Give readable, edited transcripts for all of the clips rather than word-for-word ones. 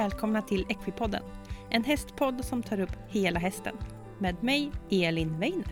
välkomna till Equipodden. En hästpodd som tar upp hela hästen. Med mig, Elin Weiner.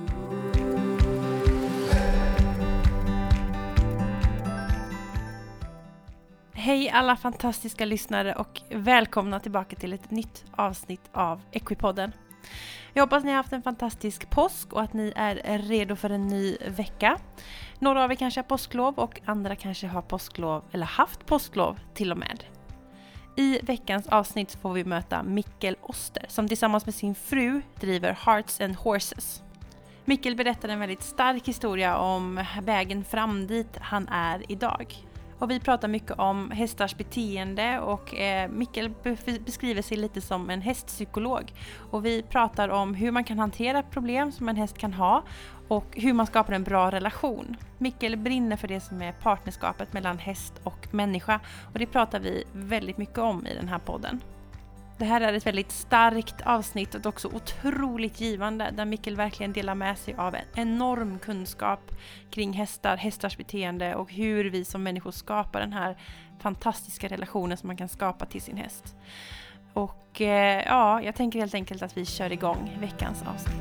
Hej alla fantastiska lyssnare och välkomna tillbaka till ett nytt avsnitt av Equipodden. Jag hoppas ni har haft en fantastisk påsk och att ni är redo för en ny vecka. Några av er kanske har påsklov och andra kanske har påsklov eller haft påsklov till och med. I veckans avsnitt får vi möta Mikkel Oster som tillsammans med sin fru driver Hearts and Horses. Mikkel berättar en väldigt stark historia om vägen fram dit han är idag. Och vi pratar mycket om hästars beteende och Mikkel beskriver sig lite som en hästpsykolog. Och vi pratar om hur man kan hantera problem som en häst kan ha och hur man skapar en bra relation. Mikkel brinner för det som är partnerskapet mellan häst och människa och det pratar vi väldigt mycket om i den här podden. Det här är ett väldigt starkt avsnitt och också otroligt givande där Mikkel verkligen delar med sig av en enorm kunskap kring hästar, hästars beteende och hur vi som människor skapar den här fantastiska relationen som man kan skapa till sin häst. Och jag tänker helt enkelt att vi kör igång veckans avsnitt.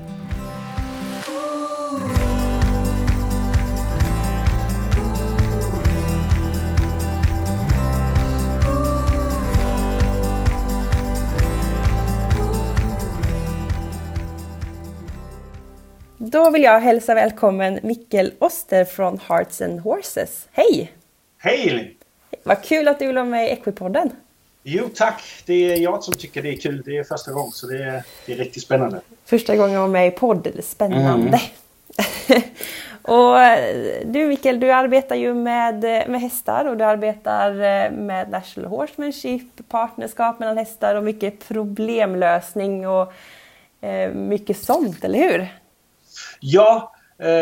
Då vill jag hälsa välkommen Mikkel Oster från Hearts and Horses. Hej! Hej Elin! Vad kul att du vill vara med i Equipodden. Jo tack, det är jag som tycker det är kul. Det är första gången så det är riktigt spännande. Första gången jag var med i podd, spännande. Och du Mikkel, du arbetar ju med hästar och du arbetar med National Horsemanship, partnerskap mellan hästar och mycket problemlösning och mycket sånt, eller hur? Ja,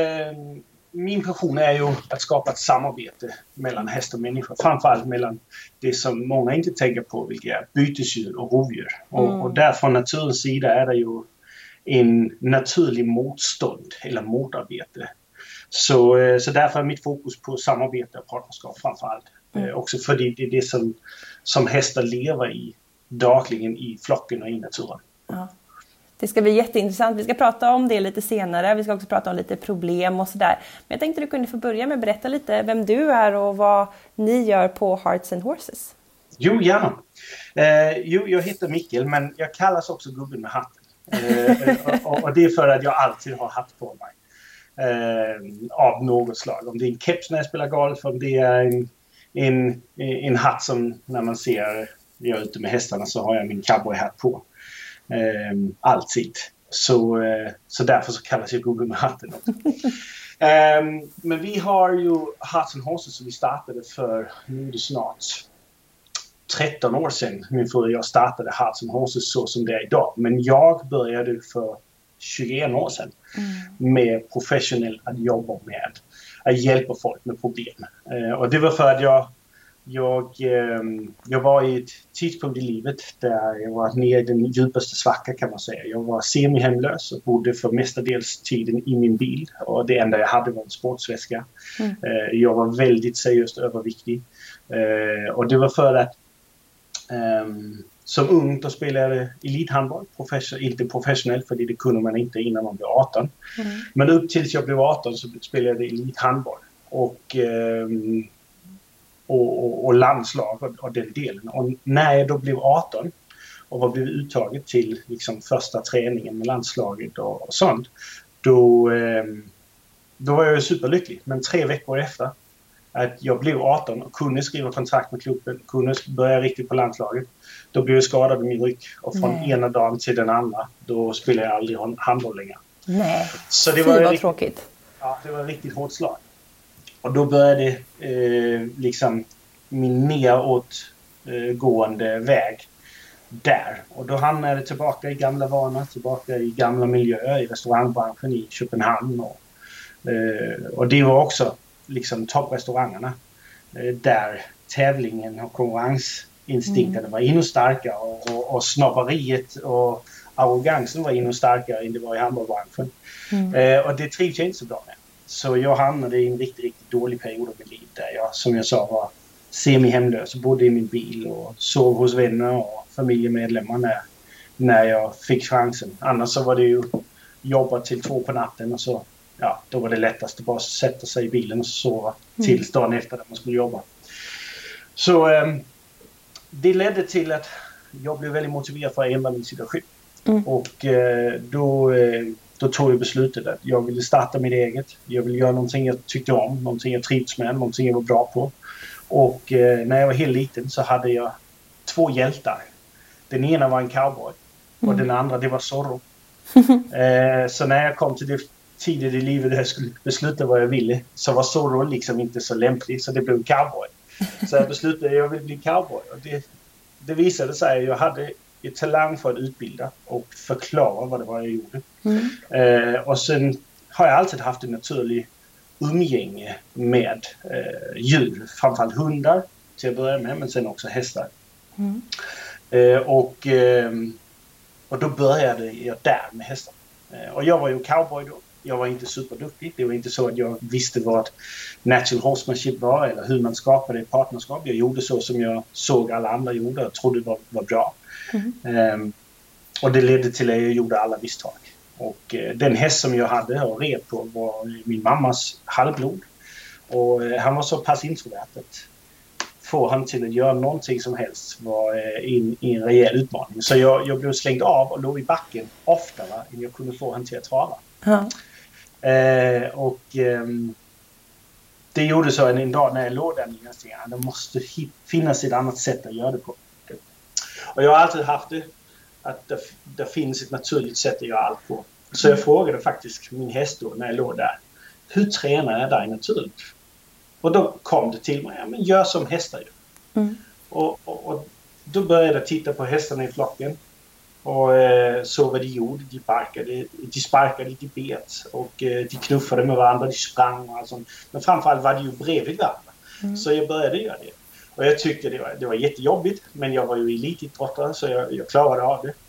min passion är ju att skapa ett samarbete mellan häst och människa. Framförallt mellan det som många inte tänker på, vilka är bytesdjur och rovdjur. Och där från naturens sida är det ju en naturlig motstånd eller motarbete. Så därför är mitt fokus på samarbete och partnerskap framförallt. Också för det är det som hästar lever i dagligen i flocken och i naturen. Ja. Det ska bli jätteintressant. Vi ska prata om det lite senare. Vi ska också prata om lite problem och sådär. Men jag tänkte du kunde få börja med att berätta lite vem du är och vad ni gör på Hearts and Horses. Jo, gärna. Jag heter Mikkel men jag kallas också gubben med hatten. Och det är för att jag alltid har hatt på mig. Av något slag. Om det är en keps när jag spelar golf, om det är en hatt som när man ser jag är ute med hästarna så har jag min cowboyhatt på. Alltid. Så därför så kallas jag gubben med hatten också. Men vi har ju Hearts and Horses som vi startade för nu är det snart 13 år sedan. Min fru och jag startade Hearts and Horses så som det är idag. Men jag började för 21 år sedan med professionellt att jobba med att hjälpa folk med problem. Och det var för att jag var i ett tidspunkt i livet där jag var nere i den djupaste svacka kan man säga. Jag var semihemlös och bodde för mestadels tiden i min bil. Och det enda jag hade var en sportsväska. Jag var väldigt seriöst överviktig. Och det var för att som ung då spelade jag elithandboll. Inte professionellt för det kunde man inte innan man blev 18. Men upp tills jag blev 18 så spelade jag elithandboll. Och landslag och den delen. Och när jag då blev 18 och var blivit uttaget till liksom första träningen med landslaget och sånt. Då var jag superlycklig. Men 3 veckor efter att jag blev 18 och kunde skriva kontrakt med klubben, kunde börja riktigt på landslaget. Då blev jag skadad i min rygg. Och från ena dagen till den andra, då spelade jag aldrig handboll längre. Nej, så det var riktigt tråkigt. Ja, det var ett riktigt hårt slag. Och då började liksom min neråtgående väg där. Och då hamnade jag tillbaka i gamla vanor, tillbaka i gamla miljöer i restaurangbranschen i Köpenhamn. Och det var också liksom topprestaurangerna där tävlingen och konkurrensinstinkten var ännu starkare och snobberiet och arrogansen var ännu starkare än det var i handbollsbranschen. Och det trivs jag inte så bra med. Så jag hamnade i en riktigt dålig period av mitt liv där jag, som jag sa, var semi-hemlös. Bodde i min bil och sov hos vänner och familjemedlemmar när jag fick chansen. Annars så var det ju jobba till 2 på natten och så, ja, då var det lättast att bara sätta sig i bilen och sova tills dagen efter att man skulle jobba. Så det ledde till att jag blev väldigt motiverad för att ändra min situation. Och då tog jag beslutet att jag ville starta mitt eget. Jag ville göra någonting jag tyckte om, någonting jag trivs med, någonting jag var bra på. Och när jag var helt liten så hade jag 2 hjältar. Den ena var en cowboy och den andra det var Zorro. Så när jag kom till det tidigt i livet där jag skulle besluta vad jag ville så var Zorro liksom inte så lämplig så det blev cowboy. Så jag beslutade att jag ville bli cowboy och det visade sig att jag hade ett talang för att utbilda och förklara vad det var jag gjorde. Och sen har jag alltid haft en naturlig umgänge med djur, framförallt hundar till att börja med men sen också hästar. Och då började jag där med hästar. Och jag var ju cowboy då. Jag var inte superduktig. Det var inte så att jag visste vad natural horsemanship var eller hur man skapade ett partnerskap. Jag gjorde så som jag såg alla andra gjorde och trodde var bra. Och det ledde till att jag gjorde alla misstag. Och den häst som jag hade och red på var min mammas halvblod. Och han var så pass introvert att få han till att göra någonting som helst var en rejäl utmaning. Så jag blev slängd av och låg i backen oftare än jag kunde få han till att trava. Det gjorde så en dag när jag låg där och tänkte att det måste finnas ett annat sätt att göra det på. Och jag har alltid haft det att det finns ett naturligt sätt att göra allt på. Så jag frågade faktiskt min häst då när jag låg där. Hur tränar jag dig naturligt? Och då kom det till mig. Ja, men gör som hästar gör. Och då började jag titta på hästarna i flocken. Och så vad de gjorde. De sparkade, de bet. Och de knuffade med varandra, de sprang och allt sånt. Men framförallt var de ju bredvid varandra. Så jag började göra det. Och jag tyckte det var jättejobbigt. Men jag var ju elitidrottare så jag klarade av det.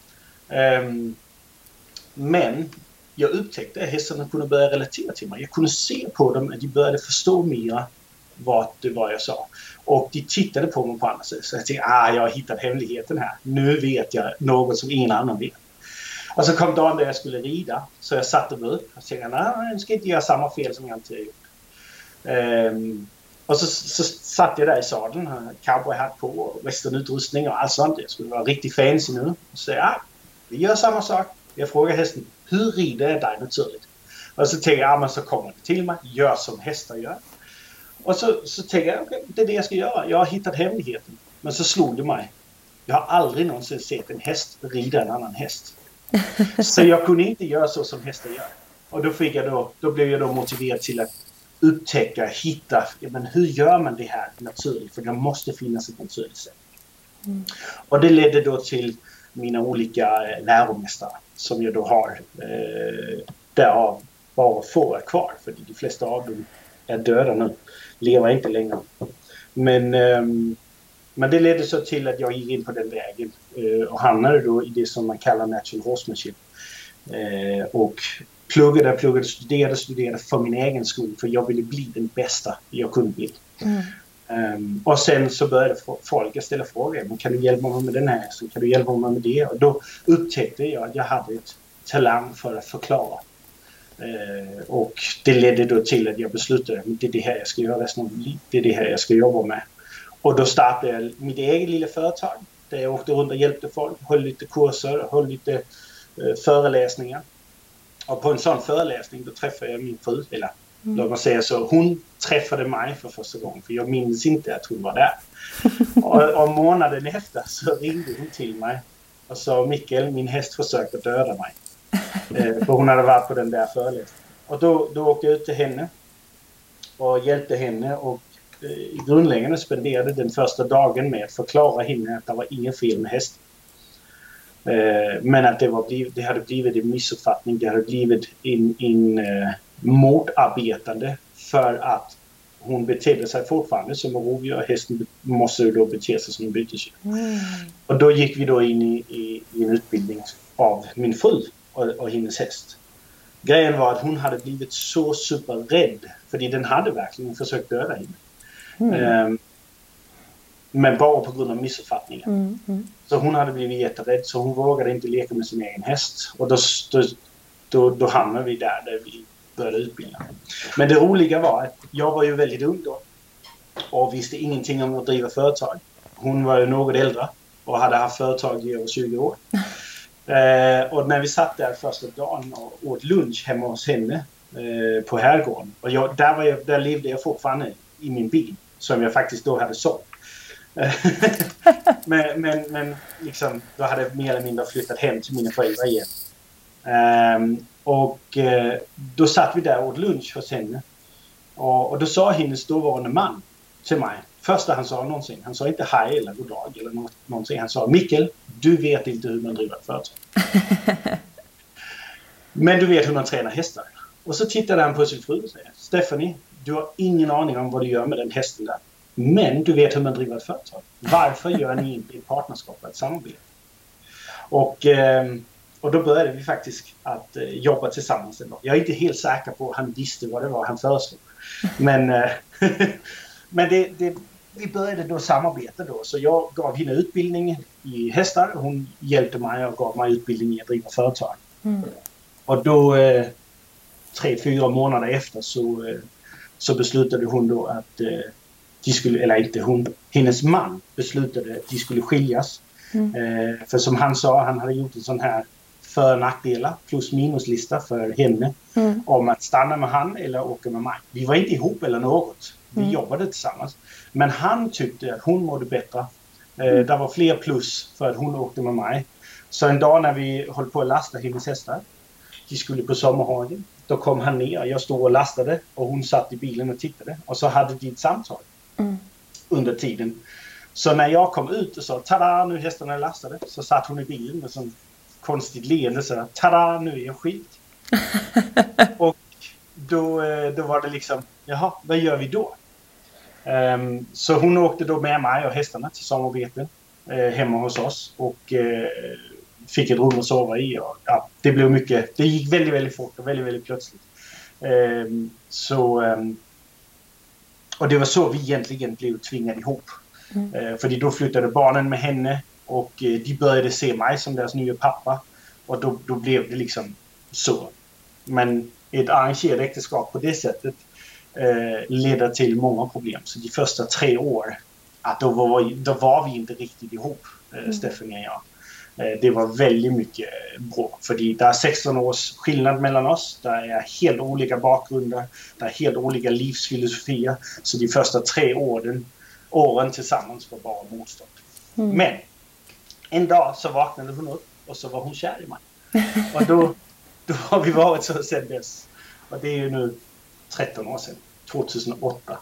Men jag upptäckte att hästarna kunde börja relatera till mig. Jag kunde se på dem att de började förstå mer vad det var jag sa. Och de tittade på mig på andra sätt. Så jag tänkte, jag har hittat hemligheten här. Nu vet jag något som ingen annan vet. Och så kom dagen där jag skulle rida. Så jag satte mig upp och tänkte, jag ska inte göra samma fel som jag inte har gjort. Och så satt jag där i sadeln. Cowboyhatt på, westernutrustning och allt sånt. Jag skulle vara riktigt fancy nu. Och så vi gör samma sak. Jag frågar hästen, hur rider jag dig naturligt? Och så tänker jag, men så kommer det till mig. Gör som hästar gör. Och så tänker jag, okej, det är det jag ska göra. Jag har hittat hemligheten. Men så slog det mig. Jag har aldrig någonsin sett en häst rida en annan häst. Så jag kunde inte göra så som hästar gör. Och då blev jag motiverad till att upptäcka, hitta, men hur gör man det här naturligt? För det måste finnas ett naturligt sätt. Och det ledde då till mina olika läromästare som jag då har. Därav bara få är kvar. För de flesta av dem är döda nu. Lever inte längre. Men det ledde så till att jag gick in på den vägen. Och hamnade då i det som man kallar natural horsemanship. Och pluggade, studerade för min egen skull. För jag ville bli den bästa jag kunde bli. Och sen så började folk ställa frågor. Men kan du hjälpa mig med den här? Så kan du hjälpa mig med det? Och då upptäckte jag att jag hade ett talang för att förklara. Och det ledde då till att jag beslutade att det är det här jag ska göra resten av mitt liv. Det är det här jag ska jobba med. Och då startade jag mitt eget lilla företag. Där jag åkte runt och hjälpte folk. Höll lite kurser, höll lite föreläsningar. Och på en sån föreläsning då träffade jag min fru. Eller låt mig säga så. Hon träffade mig för första gången. För jag minns inte att hon var där. och månaden efter så ringde hon till mig. Och sa, Mikael, min häst försökte döda mig. För hon hade varit på den där föreläsningen. Och då åkte jag ut till henne. Och hjälpte henne. Och i grundläggande spenderade den första dagen med att förklara henne att det var inget fel med hästen. Men att det hade blivit en missuppfattning. Det hade blivit en motarbetande för att hon betedde sig fortfarande som en rovdjur. Hästen måste då bete sig som en bytesdjur. Och då gick vi då in i en utbildning av min fru och hennes häst. Grejen var att hon hade blivit så superrädd. För den hade verkligen försökt döda henne. Men bara på grund av missuppfattningar. Så hon hade blivit jätterädd, så hon vågade inte leka med sin egen häst. Och då hamnade vi där vi började utbilda. Men det roliga var att jag var ju väldigt ung då. Och visste ingenting om att driva företag. Hon var ju något äldre och hade haft företag i över 20 år. Och när vi satt där första dagen och åt lunch hemma hos henne på herrgården. Och där levde jag fortfarande i min bil som jag faktiskt då hade sålt. men liksom, då hade jag mer eller mindre flyttat hem till mina föräldrar igen. Då satt vi där och åt lunch hos henne. Och då sa hennes dåvarande man till mig, första han sa någonsin, han sa inte hej eller god dag eller någonting, han sa Mikkel, du vet inte hur man driver ett företag. Men du vet hur man tränar hästar. Och så tittade han på sin fru och säger, Stephanie, du har ingen aning om vad du gör med den hästen där. Men du vet hur man driver ett företag. Varför gör ni inte ett partnerskap och ett samarbete? Och då började vi faktiskt att jobba tillsammans. Jag är inte helt säker på att han visste vad det var han föreslog. Men vi började då samarbeta då. Så jag gav henne utbildning i hästar. Hon hjälpte mig och gav mig utbildning i att driva företag. Och då 3-4 månader efter så beslutade hon då att de skulle, eller inte hon, hennes man beslutade att de skulle skiljas. För som han sa, han hade gjort en sån här för- och nackdelar plus minuslista för henne om att stanna med han eller åka med mig. Vi var inte ihop eller något. Vi jobbade tillsammans. Men han tyckte att hon mådde bättre. Det var fler plus för att hon åkte med mig. Så en dag när vi höll på att lasta hennes hästar, de skulle på sommarhagen, då kom han ner. Jag stod och lastade och hon satt i bilen och tittade. Och så hade de ett samtal under tiden. Så när jag kom ut och sa tada, nu hästarna är lastade, så satt hon i bilen med sån konstigt leende och sa tada, nu är jag skilt. Och då var det liksom, jaha, vad gör vi då? Så hon åkte då med mig och hästarna till samarbete hemma hos oss och fick ett rum att sova i. Och, ja, det blev mycket, det gick väldigt, väldigt fort och väldigt, väldigt plötsligt. Och det var så vi egentligen blev tvingade ihop. För då flyttade barnen med henne och de började se mig som deras nya pappa. Och då blev det liksom så. Men ett arrangerat äktenskap på det sättet leder till många problem. Så de första 3 år, då var vi inte riktigt ihop, Stephanie och jag. Det var väldigt mycket bråk. För det är 16 års skillnad mellan oss. Det är helt olika bakgrunder. Det är helt olika livsfilosofier. Så de första 3 åren tillsammans var bara motstånd. Men en dag så vaknade hon upp och så var hon kär i mig. Och då har vi varit så sedan dess. Och det är ju nu 13 år sedan, 2008,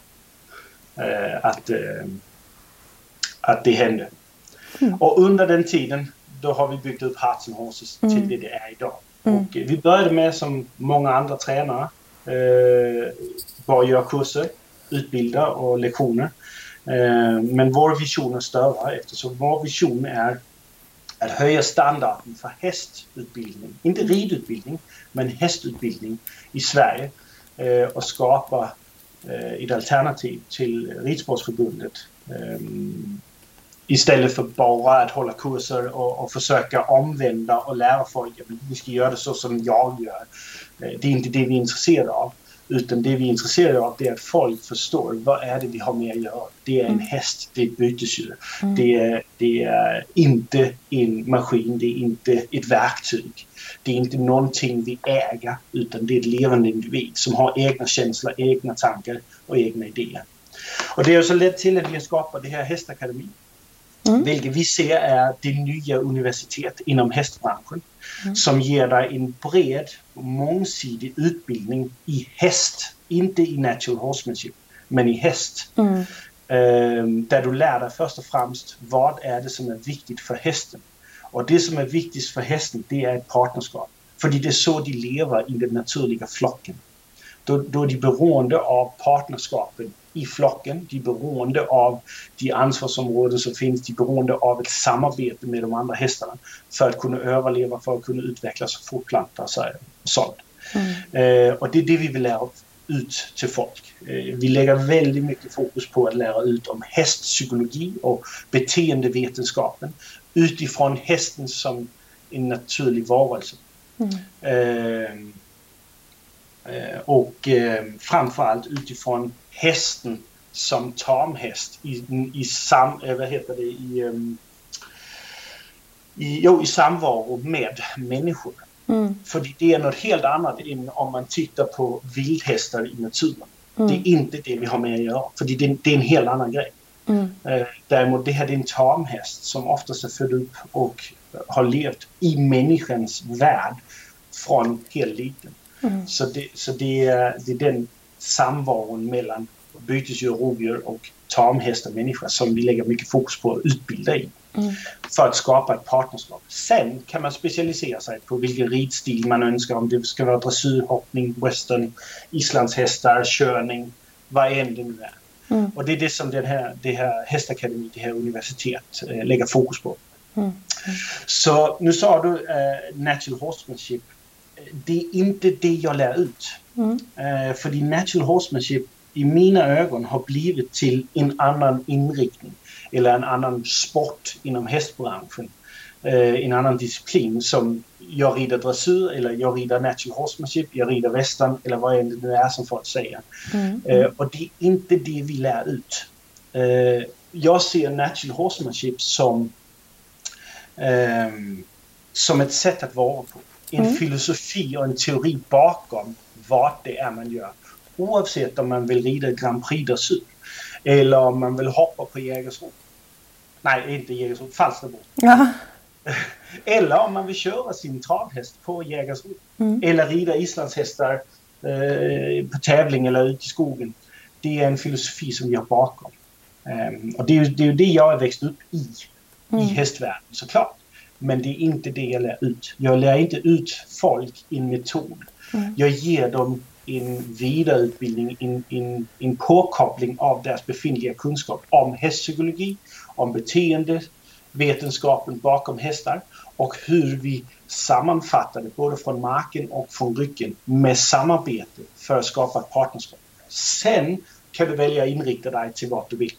att det hände. Och under den tiden då har vi byggt upp Hearts and Horses till det är idag. Och vi började med, som många andra tränare, bara göra kurser, utbilda och lektioner. Men vår vision är större, eftersom vår vision är att höja standarden för hästutbildning. Inte ridutbildning, men hästutbildning i Sverige. Och skapa ett alternativ till Ridsportförbundet. Istället för bara att hålla kurser och försöka omvända och lära folk att vi ska göra det så som jag gör. Det är inte det vi är intresserade av. Utan det vi är intresserade av, det är att folk förstår vad är det vi har med att göra. Det är en häst, det är ett bytesdjur. Det är inte en maskin, det är inte ett verktyg. Det är inte någonting vi äger, utan det är ett levande individ som har egna känslor, egna tankar och egna idéer. Och det är så lätt till att vi skapar det här hästakademi. Vilket vi ser är det nya universitet inom hästbranschen. Som ger dig en bred och mångsidig utbildning i häst. Inte i natural horsemanship, men i häst. Där du lär dig först och främst vad är det som är viktigt för hästen. Och det som är viktigt för hästen, det är ett partnerskap. För det är så de lever i den naturliga flocken. Då är de beroende av partnerskapen i flocken. De är beroende av de ansvarsområden som finns. De är beroende av ett samarbete med de andra hästarna. För att kunna överleva, för att kunna utvecklas och fortplanta sig och sånt. Och det är det vi vill lära ut till folk. Vi lägger väldigt mycket fokus på att lära ut om hästpsykologi och beteendevetenskapen utifrån hästen som en naturlig varelse. Och framförallt utifrån hästen som tamhäst i samvaro med människor. För det är något helt annat än om man tittar på vildhästar i naturen. Det är inte det vi har med att göra, för det är en helt annan grej. Däremot det här är en tamhäst som oftast är född upp och har levt i människans värld från helt liten. Så det är den samvaron mellan bytesdjur, rovdjur och tamhäst och människa som vi lägger mycket fokus på att utbilda i. För att skapa ett partnerskap. Sen kan man specialisera sig på vilken ridstil man önskar. Om det ska vara dressyrhoppning, western, islandshästar, körning, vad än det nu är. Och det är det som det här hästakademi, det här universitet lägger fokus på. Så nu sa du natural horsemanship. Det är inte det jag lär ut. För natural horsemanship i mina ögon har blivit till en annan inriktning. Eller en annan sport inom hästbranschen. En annan disciplin som jag rider dressyr eller jag rider natural horsemanship, jag rider western eller vad det nu är som folk säger. Och det är inte det vi lär ut. Jag ser natural horsemanship som ett sätt att vara på. En filosofi och en teori bakom vad det är man gör. Oavsett om man vill rida Grand Prix dressyr eller om man vill hoppa på Jägersro. Nej, inte Jägersro, Falsterbo. Eller om man vill köra sin travhäst på Jägersro. Eller rida islandshästar på tävling eller ute i skogen. Det är en filosofi som vi har bakom. Och det är ju det jag är växt upp i hästvärlden såklart. Men det är inte det jag lär ut. Jag lär inte ut folk i en metod. Jag ger dem en vidareutbildning, en påkoppling av deras befintliga kunskap om hästpsykologi, om beteendevetenskapen bakom hästar och hur vi sammanfattar det både från marken och från ryggen med samarbete för att skapa ett partnerskap. Sen kan du välja att inrikta dig till vad du vill.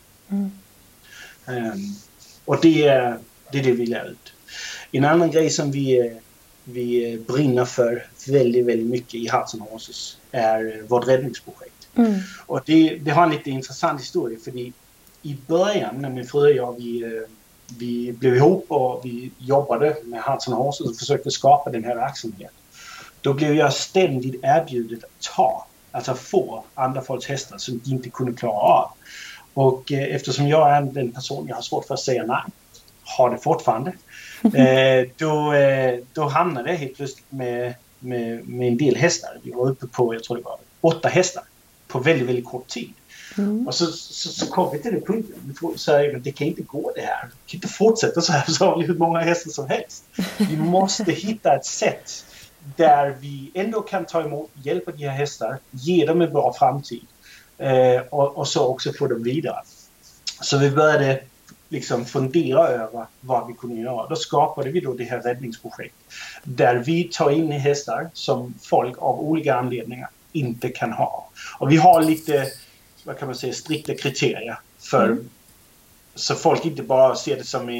Och det är det vi lär ut. En annan grej som vi brinner för väldigt, väldigt mycket i Hearts and Horses är vårt räddningsprojekt. Och det har en lite intressant historia, för i början när min fru och jag vi blev ihop och vi jobbade med Hearts and Horses och försökte skapa den här verksamheten. Då blev jag ständigt erbjudet att få andra folks hästar som de inte kunde klara av. Och eftersom jag är den person jag har svårt för att säga nej, har det fortfarande. Då hamnade jag helt plötsligt med en del hästar. Vi var uppe på, jag tror det var 8 hästar på väldigt, väldigt kort tid. Och så kom vi till det punkten. Vi säger att det kan inte gå det här. Vi kan inte fortsätta så här, så har vi hur många hästar som helst. Vi måste hitta ett sätt där vi ändå kan ta emot, hjälpa de här hästar, ge dem en bra framtid och så också få dem vidare. Så vi började liksom fundera över vad vi kunde göra. Då skapade vi då det här räddningsprojekt där vi tar in hästar som folk av olika anledningar inte kan ha. Och vi har lite, vad kan man säga, strikta kriterier för så folk inte bara ser det som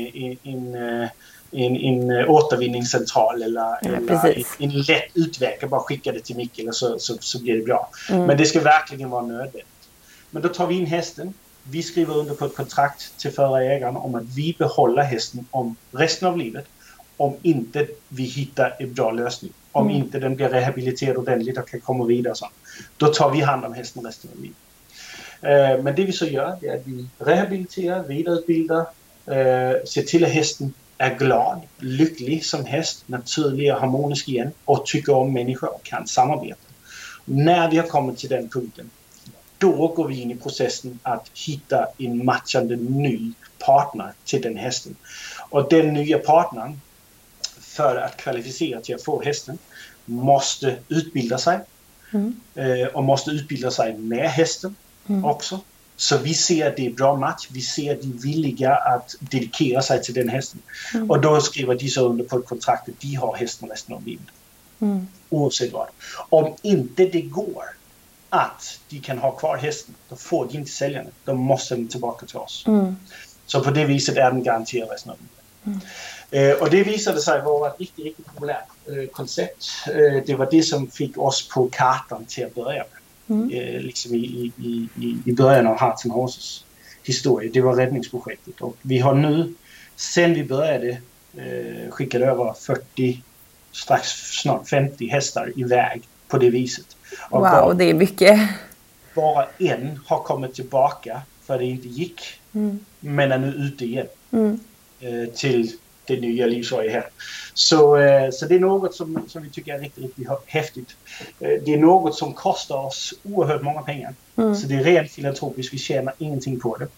en återvinningscentral eller en lätt utväg, bara skicka det till Mikael och så blir det bra. Men det ska verkligen vara nödvändigt. Men då tar vi in hästen. Vi skriver under på ett kontrakt till förra ägaren om att vi behåller hästen om resten av livet om inte vi hittar en bra lösning. Om inte den blir rehabiliterad ordentligt och kan komma vidare. Så. Då tar vi hand om hästen resten av livet. Men det vi så gör är att vi rehabiliterar, vidareutbildar, ser till att hästen är glad, lycklig som häst, naturlig och harmonisk igen och tycker om människor och kan samarbeta. När vi har kommit till den punkten, då går vi in i processen att hitta en matchande ny partner till den hästen. Och den nya partnern, för att kvalificera till att få hästen, måste utbilda sig. Och måste utbilda sig med hästen också. Så vi ser att det är bra match. Vi ser att de är villiga att dedikera sig till den hästen. Och då skriver de så under på ett kontrakt att de har hästen resten av livet. Oavsett vad. Om inte det går att de kan ha kvar hästen, då får de inte sälja den. Då måste den tillbaka till oss. Så på det viset är den garanterad resten av livet. Och det visade sig vara ett riktigt populärt koncept. Det var det som fick oss på kartan till att börja med. Liksom i början av Hearts and Horses historia. Det var räddningsprojektet. Och vi har nu, sen vi började, skickat över 40, strax snart 50 hästar iväg på det viset. Och wow, det är mycket. Bara en har kommit tillbaka för det inte gick. Men är nu ute igen. Till det nya livsvarje här. Så det är något som vi tycker är riktigt häftigt. Det är något som kostar oss oerhört många pengar. Så det är rent filantropiskt. Vi tjänar ingenting på det.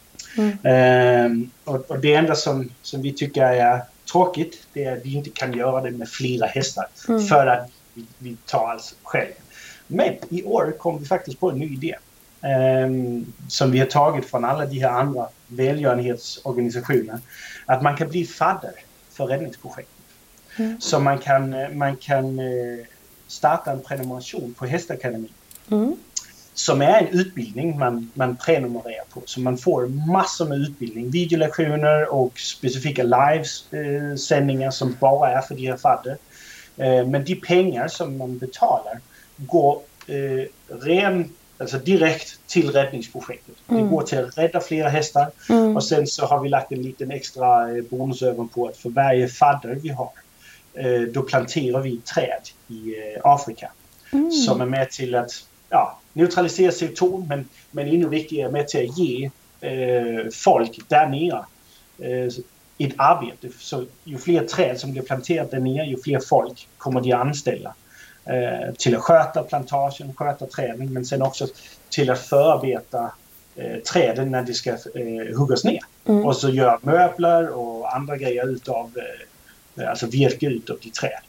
Och det enda som vi tycker är tråkigt, det är att vi inte kan göra det med flera hästar. För att vi tar alltså själv. Men i år kom vi faktiskt på en ny idé. Som vi har tagit från alla de här andra välgörenhetsorganisationer. Att man kan bli fadder för räddningsprojektet. Så man kan starta en prenumeration på Hästakademin. Som är en utbildning man prenumererar på. Så man får massor med utbildning, videolektioner och specifika livesändningar som bara är för de här fadder. Men de pengar som man betalar går alltså direkt till räddningsprojektet. Det går till att rädda flera hästar. Och sen så har vi lagt en liten extra bonus över på att för varje fadder vi har, då planterar vi träd i Afrika. Som är med till att neutralisera CO2, men ännu viktigare med till att ge folk där nere ett arbete. Så ju fler träd som blir planterat där nere, ju fler folk kommer de anställa till att sköta plantagen, sköta träden, men sen också till att förarbeta träden när de ska huggas ner. Och så gör möbler och andra grejer utav alltså virke utav de träd.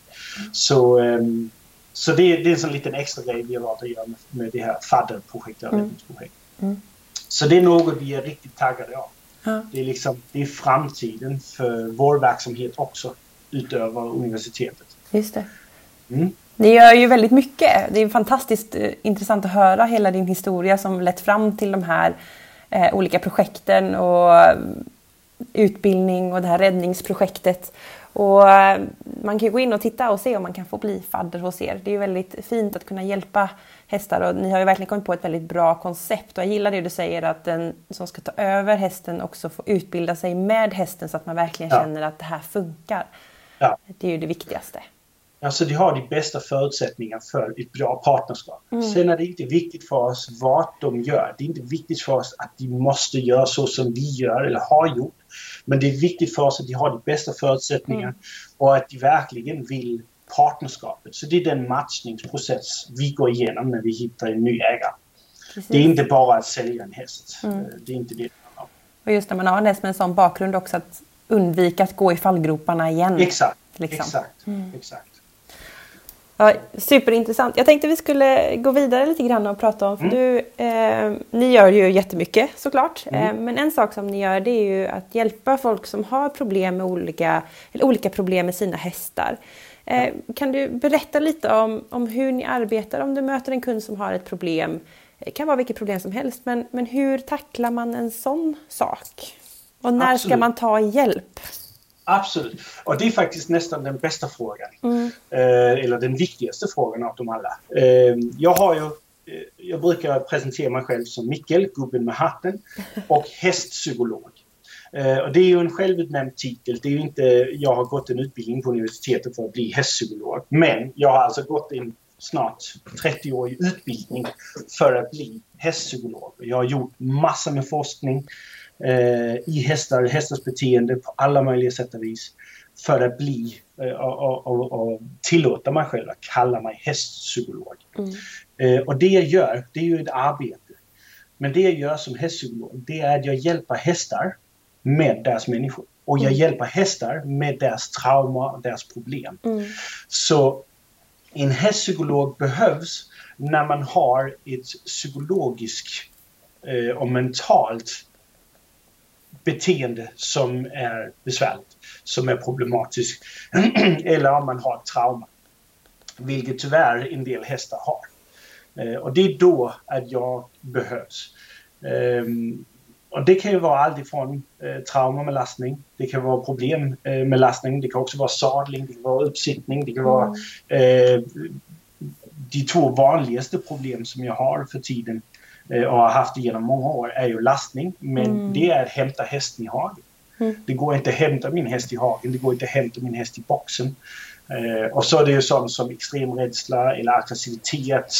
Så det är en sån liten extra grej vi har varit att göra med det här fadderprojektet och räddningsprojektet. Så det är något vi är riktigt taggade av. Det är framtiden för vår verksamhet också utöver universitetet. Just det. Ni gör ju väldigt mycket. Det är fantastiskt intressant att höra hela din historia som lett fram till de här olika projekten och utbildning och det här räddningsprojektet. Och man kan ju gå in och titta och se om man kan få bli fadder hos er. Det är ju väldigt fint att kunna hjälpa hästar och ni har ju verkligen kommit på ett väldigt bra koncept. Och jag gillar det du säger att den som ska ta över hästen också får utbilda sig med hästen så att man verkligen känner att det här funkar. Det är ju det viktigaste. Alltså de har de bästa förutsättningarna för ett bra partnerskap. Sen är det inte viktigt för oss vad de gör. Det är inte viktigt för oss att de måste göra så som vi gör eller har gjort. Men det är viktigt för oss att de har de bästa förutsättningarna och att de verkligen vill partnerskapet. Så det är den matchningsprocess vi går igenom när vi hittar en ny ägare. Precis. Det är inte bara att sälja en häst. Det är inte det. Och just när man har en häst med en sån bakgrund också att undvika att gå i fallgroparna igen. Exakt. Ja, superintressant. Jag tänkte vi skulle gå vidare lite grann och prata om, för ni gör ju jättemycket såklart. Men en sak som ni gör, det är ju att hjälpa folk som har problem med olika problem med sina hästar. Kan du berätta lite om hur ni arbetar om du möter en kund som har ett problem? Det kan vara vilket problem som helst, men hur tacklar man en sån sak? Och när ska man ta hjälp? Absolut. Och det är faktiskt nästan den bästa frågan. Eller den viktigaste frågan av dem alla. Jag brukar presentera mig själv som Mikkel, gubben med hatten, och hästpsykolog. Och det är ju en självutnämnd titel. Det är ju inte, jag har gått en utbildning på universitetet för att bli hästpsykolog. Men jag har alltså gått en snart 30-årig utbildning för att bli hästpsykolog. Jag har gjort massor med forskning i hästars beteende på alla möjliga sätt och vis för att bli och tillåta mig själv att kalla mig hästpsykolog. Och det jag gör, det är ju ett arbete. Men det jag gör som hästpsykolog, det är att jag hjälper hästar med deras människor. Och jag hjälper hästar med deras trauma och deras problem. Så en hästpsykolog behövs när man har ett psykologiskt och mentalt beteende som är besvärligt, som är problematiskt, eller om man har trauma, vilket tyvärr en del hästar har. Och det är då att jag behövs. Och det kan ju vara allt ifrån trauma med lastning. Det kan vara problem med lastning. Det kan också vara sadling, det kan vara uppsittning. Det kan vara de 2 vanligaste problem som jag har för tiden och har haft genom många år är ju lastning. Men det är att hämta hästen i hagen. Det går inte att hämta min häst i hagen. Det går inte att hämta min häst i boxen. Och så är det ju sånt som extrem rädsla eller aggressivitet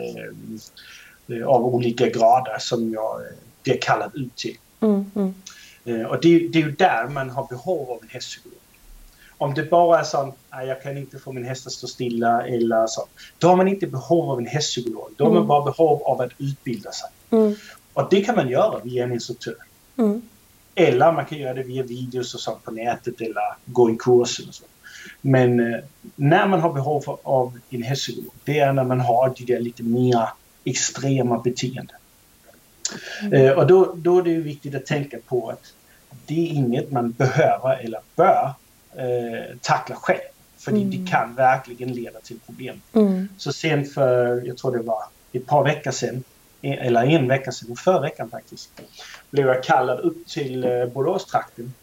av olika grader som jag blir kallad ut till. Och det är ju där man har behov av en hästpsykolog. Om det bara är sånt, jag kan inte få min häst att stå stilla eller så, då har man inte behov av en hästpsykolog. Då har man bara behov av att utbilda sig. Och det kan man göra via en instruktör. Eller man kan göra det via videos och sånt på nätet eller gå en kurs och så. Men när man har behov av en hästpsykolog, det är när man har de där lite mer extrema beteenden. Och då är det ju viktigt att tänka på att det är inget man behöver eller bör tackla själv. För det kan verkligen leda till problem. Så sent för, jag tror det var ett par veckor sedan, eller en vecka sedan, förra veckan faktiskt, blev jag kallad upp till Boråstrakten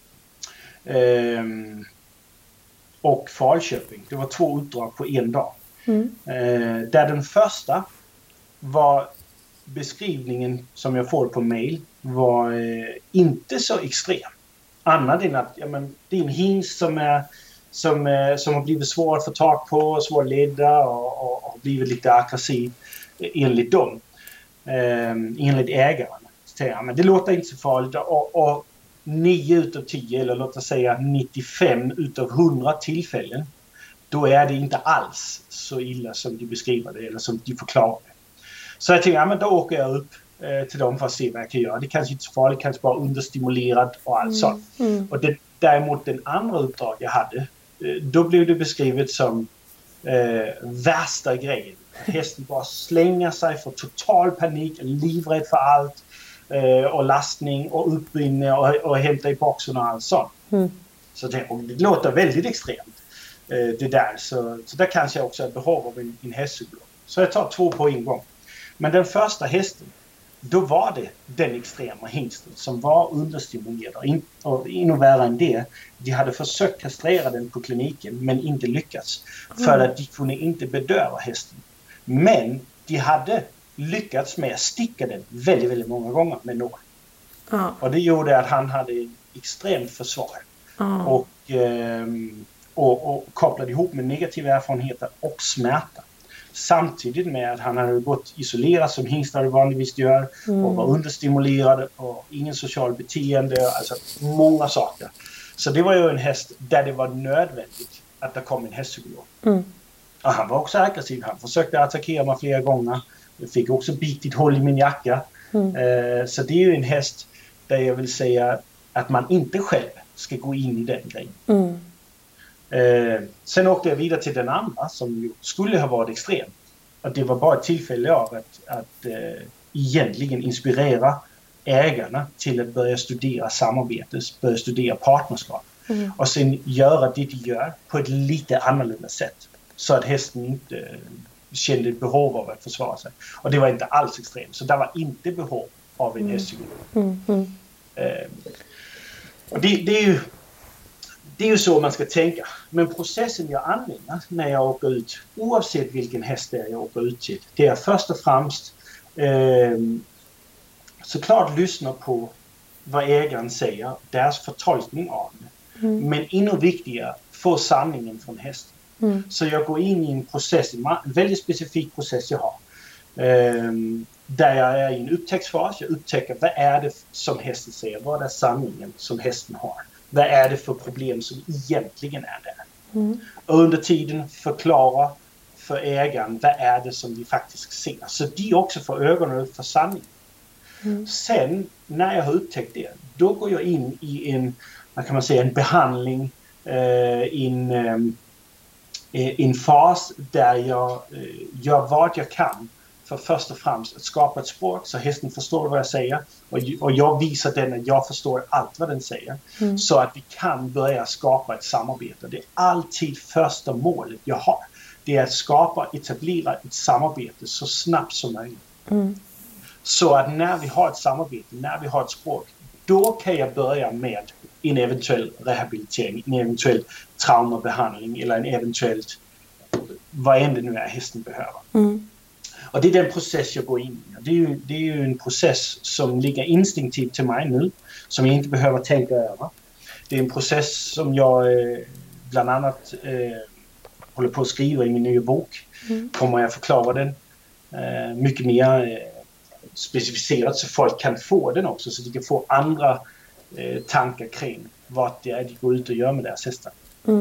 och Falköping. Det var 2 uppdrag på en dag. Där den första var beskrivningen som jag får på mail var inte så extrem. Annat än att det är en hingst som har blivit svår att få tag på, svårledda och blivit lite aggressiv enligt dem. Enligt ägaren. Men det låter inte så farligt och 9 utav 10 eller låt oss säga 95 utav 100 tillfällen då är det inte alls så illa som de beskriver det eller som de förklarar det. Så jag tänkte, då åker jag upp till dem för att se vad jag kan göra. Det kanske inte är så farligt, kanske bara understimulerad och allt sånt. Och däremot den andra uppdrag jag hade, då blev det beskrivet som värsta grejen. Hästen bara slänger sig för total panik, livrädd för allt och lastning och uppbrinne och hämta i boxen och allt sånt. Så det låter väldigt extremt det där. Så där kanske jag också har behov av en hästpsykolog. Så jag tar 2 på en gång. Men den första hästen, då var det den extrema hingsten som var understimulerad. Och ännu värre än det, de hade försökt kastrera den på kliniken men inte lyckats. För att de kunde inte bedöva hästen. Men de hade lyckats med att sticka den väldigt, väldigt många gånger med nål. Och det gjorde att han hade extremt försvar. Och kopplade ihop med negativa erfarenheter och smärta. Samtidigt med att han hade gått isolerad som hingstar vanligtvis gör och var understimulerad och ingen social beteende, alltså många saker. Så det var ju en häst där det var nödvändigt att det kom en hästpsykolog. Och han var också aggressiv, han försökte attackera mig flera gånger. Jag fick också bitigt håll i min jacka. Så det är ju en häst där jag vill säga att man inte själv ska gå in i den grejen. Sen åkte jag vidare till den andra som ju skulle ha varit extrem. Och det var bara ett tillfälle av att egentligen inspirera ägarna till att börja studera samarbete, börja studera partnerskap. Och sen göra det de gör på ett lite annorlunda sätt. Så att hästen inte kände behov av att försvara sig. Och det var inte alls extremt. Så det var inte behov av en hästpsykolog. Och det är ju så man ska tänka. Men processen jag använder när jag åker ut, oavsett vilken häst det är jag åker ut till, det är först och främst såklart lyssna på vad ägaren säger, deras förtolkning av det. Men ännu viktigare, få sanningen från hästen. Så jag går in i en process, en väldigt specifik process jag har. Där jag är i en upptäcktsfas, jag upptäcker vad är det som hästen säger, vad är sanningen som hästen har. Vad är det för problem som egentligen är där? Och under tiden förklara för ägaren vad är det som vi faktiskt ser. Så de också får ögonen upp för sanningen. Sen när jag har upptäckt det, då går jag in i en behandling, en fas där jag gör vad jag kan för först och främst att skapa ett språk så hästen förstår vad jag säger och jag visar den att jag förstår allt vad den säger så att vi kan börja skapa ett samarbete. Det är alltid första målet jag har. det är att etablera ett samarbete så snabbt som möjligt. Så att när vi har ett samarbete, när vi har ett språk, då kan jag börja med en eventuell rehabilitering, en eventuell traumabehandling eller en eventuellt vad än det nu är hästen behöver. Och det är den process jag går in i. Det är ju en process som ligger instinktivt till mig nu, som jag inte behöver tänka över. Det är en process som jag bland annat håller på att skriva i min nya bok. Kommer jag förklara den mycket mer specificerat så folk kan få den också, så de kan få andra tankar kring vad det är de går ut och gör med deras hästar.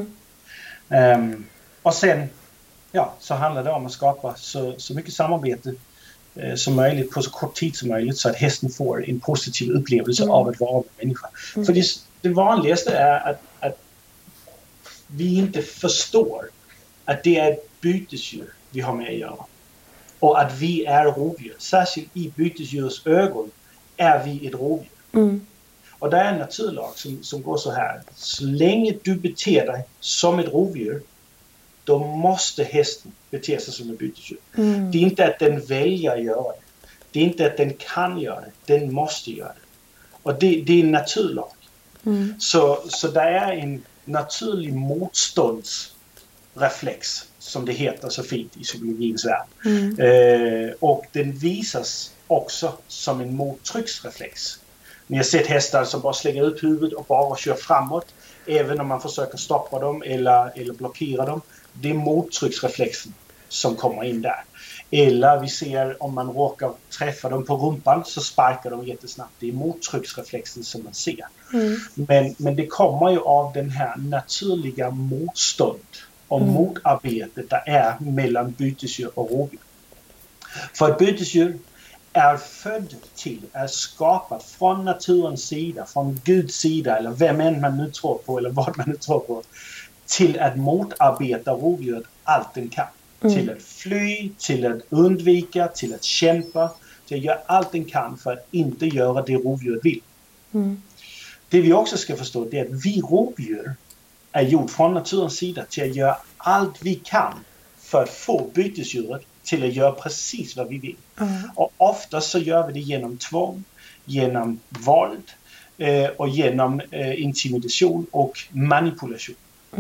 Och sen så handlar det om att skapa så mycket samarbete som möjligt på så kort tid som möjligt, så att hästen får en positiv upplevelse av att vara en människa. För det vanligaste är att vi inte förstår att det är ett bytesdjur vi har med att göra. Och att vi är rovdjur. Särskilt i bytesdjurs ögon är vi ett rovdjur. Och det är en naturlag som går så här. Så länge du beter dig som ett rovdjur, då måste hästen bete sig som ett bytesdjur. Det är inte att den väljer att göra det. Det är inte att den kan göra det. Den måste göra det. Och det är en naturlag. Så det är en naturlig motståndsreflex, som det heter så fint i psykologins värld. Och den visas också som en mottrycksreflex. Ni har sett hästar som bara slänger ut huvudet och bara kör framåt, även om man försöker stoppa dem eller blockera dem. Det är mottrycksreflexen som kommer in där. Eller vi ser om man råkar träffa dem på rumpan så sparkar de jättesnabbt. Det är mottrycksreflexen som man ser. Men det kommer ju av den här naturliga motstånd och motarbetet det är mellan bytesdjur och rovdjur. För ett bytesdjur är född till, är skapat från naturens sida, från Guds sida, eller vem än man nu tror på eller vad man nu tror på, till att motarbeta rovdjuret allt den kan. Till att fly, till att undvika, till att kämpa, till att göra allt den kan för att inte göra det rovdjuret vill. Det vi också ska förstå, det är att vi rovdjur är gjort från naturens sida till att göra allt vi kan för att få bytesdjuret till att göra precis vad vi vill. Och ofta så gör vi det genom tvång, genom våld och genom intimidation och manipulation.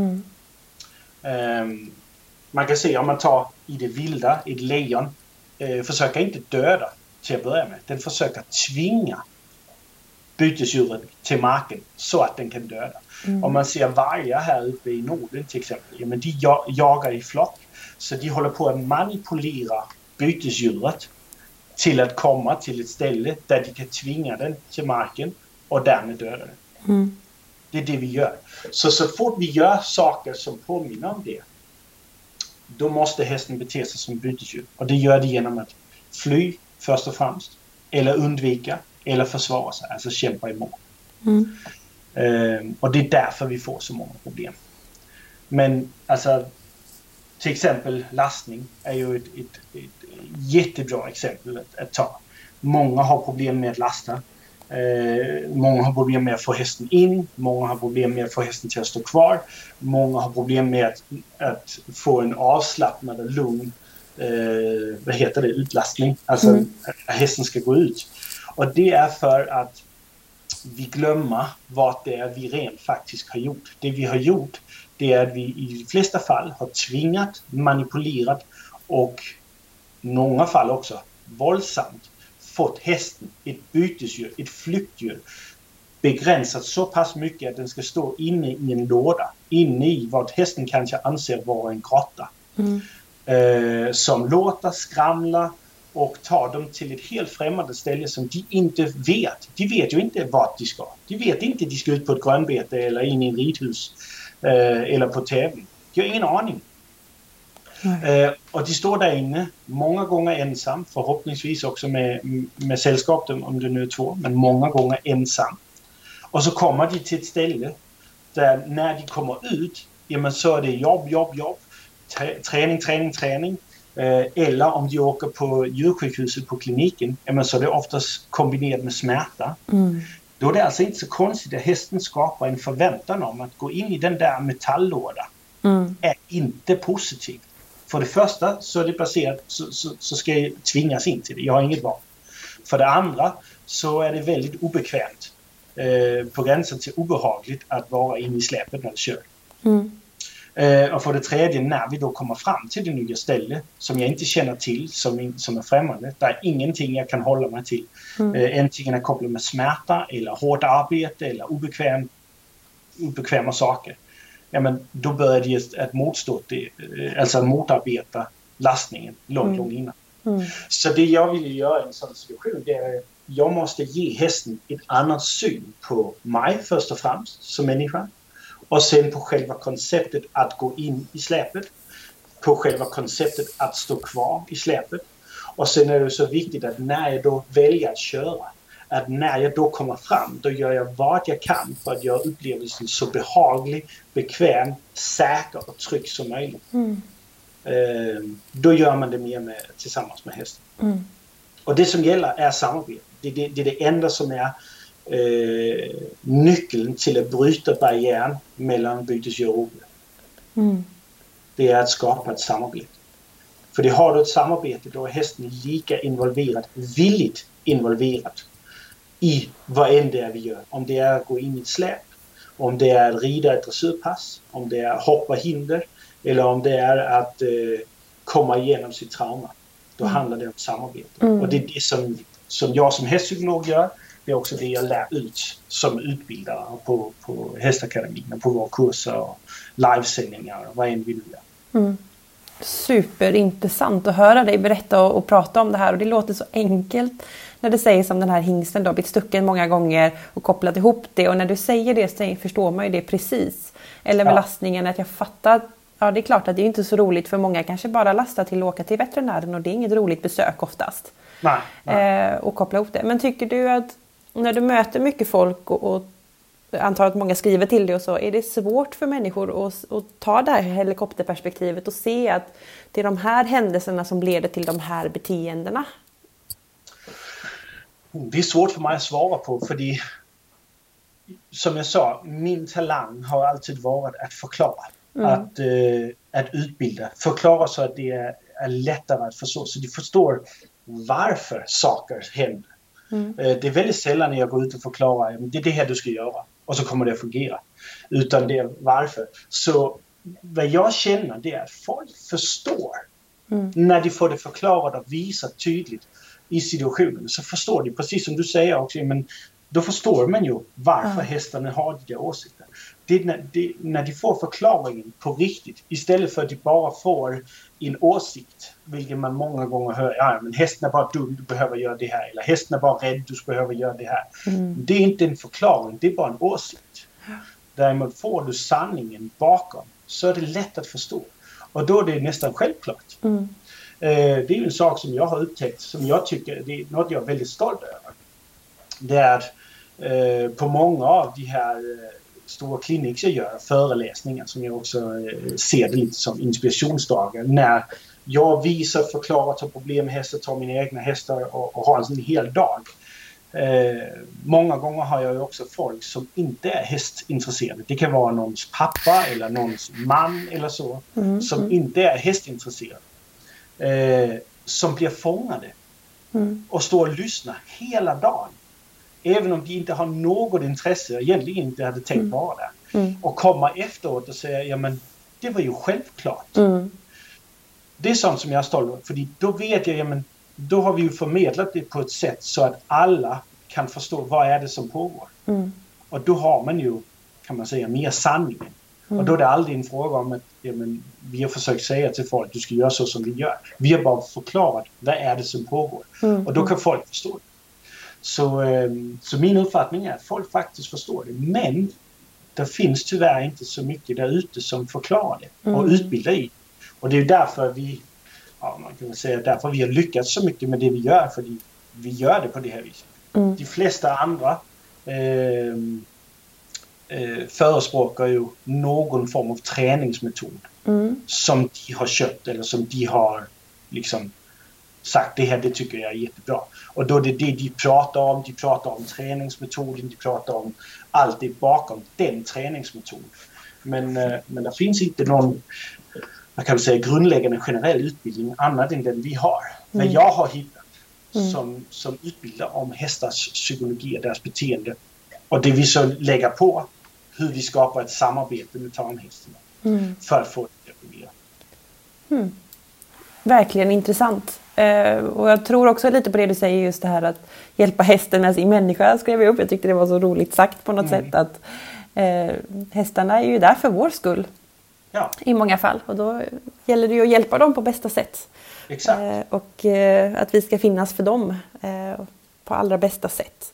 Man kan se, om man tar i det vilda, ett lejon försöker inte döda till att börja med. Den försöker tvinga bytesdjuret till marken så att den kan döda. Om man ser vargar här uppe i Norden till exempel, men de jagar i flock, så de håller på att manipulera bytesdjuret till att komma till ett ställe där de kan tvinga den till marken och därmed döda den. Det är det vi gör. Så fort vi gör saker som påminner om det, då måste hästen bete sig som bytesdjur. Och det gör det genom att fly först och främst, eller undvika, eller försvara sig, alltså kämpa emot. Och det är därför vi får så många problem. Men alltså, till exempel lastning är ju ett jättebra exempel att ta. Många har problem med att lasta. Många har problem med att få hästen in. Många har problem med att få hästen till att stå kvar. Många har problem med att få en avslappnad och lugn utlastning. Alltså att hästen ska gå ut. Och det är för att vi glömmer vad det är vi rent faktiskt har gjort. Det vi har gjort, det är att vi i de flesta fall har tvingat, manipulerat och i många fall också våldsamt fått hästen, ett bytesdjur, ett flyktdjur, begränsat så pass mycket att den ska stå inne i en låda, inne i vad hästen kanske anser vara en grotta. Som låter, skramla och tar dem till ett helt främmande ställe som de inte vet. De vet ju inte vart de ska. De vet inte att de ska ut på ett grönbete eller in i en ridhus eller på tävling. De har ingen aning. Och de står där inne många gånger ensam, förhoppningsvis också med sällskap om det nu är två, men många gånger ensam. Och så kommer de till ett ställe där när de kommer ut, så är det jobb, träning. Eller om de åker på djursjukhuset på kliniken, så är det oftast kombinerat med smärta. Då är det alltså inte så konstigt att hästen skapar en förväntan om att gå in i den där metalllådan är inte positivt. För det första så är det baserat så ska jag tvingas in till det. Jag har inget val. För det andra så är det väldigt obekvämt. På gränsen till obehagligt att vara inne i släpet när det kör. Och för det tredje, när vi då kommer fram till det nya stället som jag inte känner till, som är främmande. Det är ingenting jag kan hålla mig till. Antingen är kopplat med smärta eller hårt arbete eller obekväma saker. Ja, men då börjar det att motstå det, alltså motarbeta lastningen långt innan. Så det jag vill göra i en sån situation, det är att jag måste ge hästen ett annat syn på mig först och främst som människa. Och sen på själva konceptet att gå in i släpet. På själva konceptet att stå kvar i släpet. Och sen är det så viktigt att när jag då väljer att köra, att när jag då kommer fram, då gör jag vad jag kan för att göra upplevelsen så behaglig, bekväm, säker och trygg som möjligt. Då gör man det mer tillsammans med hästen. Och det som gäller är samarbete. Det är det enda som är nyckeln till att bryta barriären mellan bytesdjur och rovdjur. Det är att skapa ett samarbete. För det har du ett samarbete, då är hästen lika involverad, villigt involverad i vad än det är vi gör. Om det är att gå in i ett släp, om det är att rida ett dressurpass, om det är att hoppa hinder eller om det är att komma igenom sitt trauma. Då handlar det om samarbete. Och det är det som jag som hästpsykolog gör. Det är också det jag lär ut som utbildare på Hästakademin och på våra kurser och livesändningar och vad än vi nu gör. Superintressant att höra dig berätta och prata om det här, och det låter så enkelt när det sägs om den här hingsten då, blivit stucken många gånger och kopplat ihop det, och när du säger det så förstår man ju det precis. Eller med lastningen, att jag fattar, ja det är klart att det är inte så roligt för många, kanske bara lasta till att åka till veterinären och det är inget roligt besök oftast. Nej. Och koppla ihop det. Men tycker du att när du möter mycket folk och antar att många skriver till dig och så, är det svårt för människor att ta det här helikopterperspektivet och se att det är de här händelserna som leder till de här beteendena? Det är svårt för mig att svara på, för det, som jag sa, min talang har alltid varit att förklara. Att utbilda. Förklara så att det är lättare att förstå. Så du förstår varför saker händer. Det är väldigt sällan när jag går ut och förklarar att det är det här du ska göra. Och så kommer det att fungera. Utan det är varför. Så vad jag känner, det är att folk förstår. När de får det förklarat och visat tydligt i situationen. Så förstår de, precis som du säger också. Men då förstår man ju varför hästarna har de där åsikterna. När de får förklaringen på riktigt, istället för att de bara får en åsikt, vilket man många gånger hör, ja men hästen är bara dum, du behöver göra det här, eller hästen är bara rädd, du behöver göra det här. Det är inte en förklaring, det är bara en åsikt. Däremot får du sanningen bakom, så är det lätt att förstå. Och då är det nästan självklart. Det är ju en sak som jag har upptäckt, som jag tycker, det är något jag är väldigt stolt över. Det är att på många av de här stora kliniker jag gör, föreläsningar som jag också ser det lite som inspirationsdagar, när jag visar, förklarar, tar problem med hästar, tar mina egna hästar och har en sån hel dag. Många gånger har jag ju också folk som inte är hästintresserade. Det kan vara någons pappa eller någons man eller så, som inte är hästintresserade. Som blir fångade och står och lyssnar hela dagen. Även om de inte har något intresse, egentligen inte hade tänkt vara där. Och komma efteråt och säga, ja men det var ju självklart. Det är sånt som jag är stolt över. För då vet jag, ja men då har vi ju förmedlat det på ett sätt så att alla kan förstå vad är det som pågår. Och då har man ju, kan man säga, mer sanningen. Och då är det aldrig en fråga om att ja, men vi har försökt säga till folk, du ska göra så som vi gör. Vi har bara förklarat, vad är det som pågår. Och då kan folk förstå det. Så min uppfattning är att folk faktiskt förstår det. Men det finns tyvärr inte så mycket där ute som förklarar det och utbildar i. Och det är ju därför man kan säga därför vi har lyckats så mycket med det vi gör. För vi gör det på det här viset. De flesta andra förespråkar ju någon form av träningsmetod som de har köpt eller som de har liksom sagt, det tycker jag är jättebra. Och då är det de pratar om. De pratar om träningsmetoden. De pratar om allt det bakom den träningsmetoden. Men det finns inte någon vad kan man säga, grundläggande generell utbildning annat än den vi har. Men jag har hittat som utbildar om hästars psykologi och deras beteende. Och det vi så lägger på hur vi skapar ett samarbete med tamhästarna för att få det att fungera. Verkligen intressant. Och jag tror också lite på det du säger, just det här att hjälpa hästen med sin människa, skrev jag upp. Jag tyckte det var så roligt sagt på något sätt att hästarna är ju där för vår skull. Ja. I många fall. Och då gäller det ju att hjälpa dem på bästa sätt. Exakt. Och att vi ska finnas för dem på allra bästa sätt.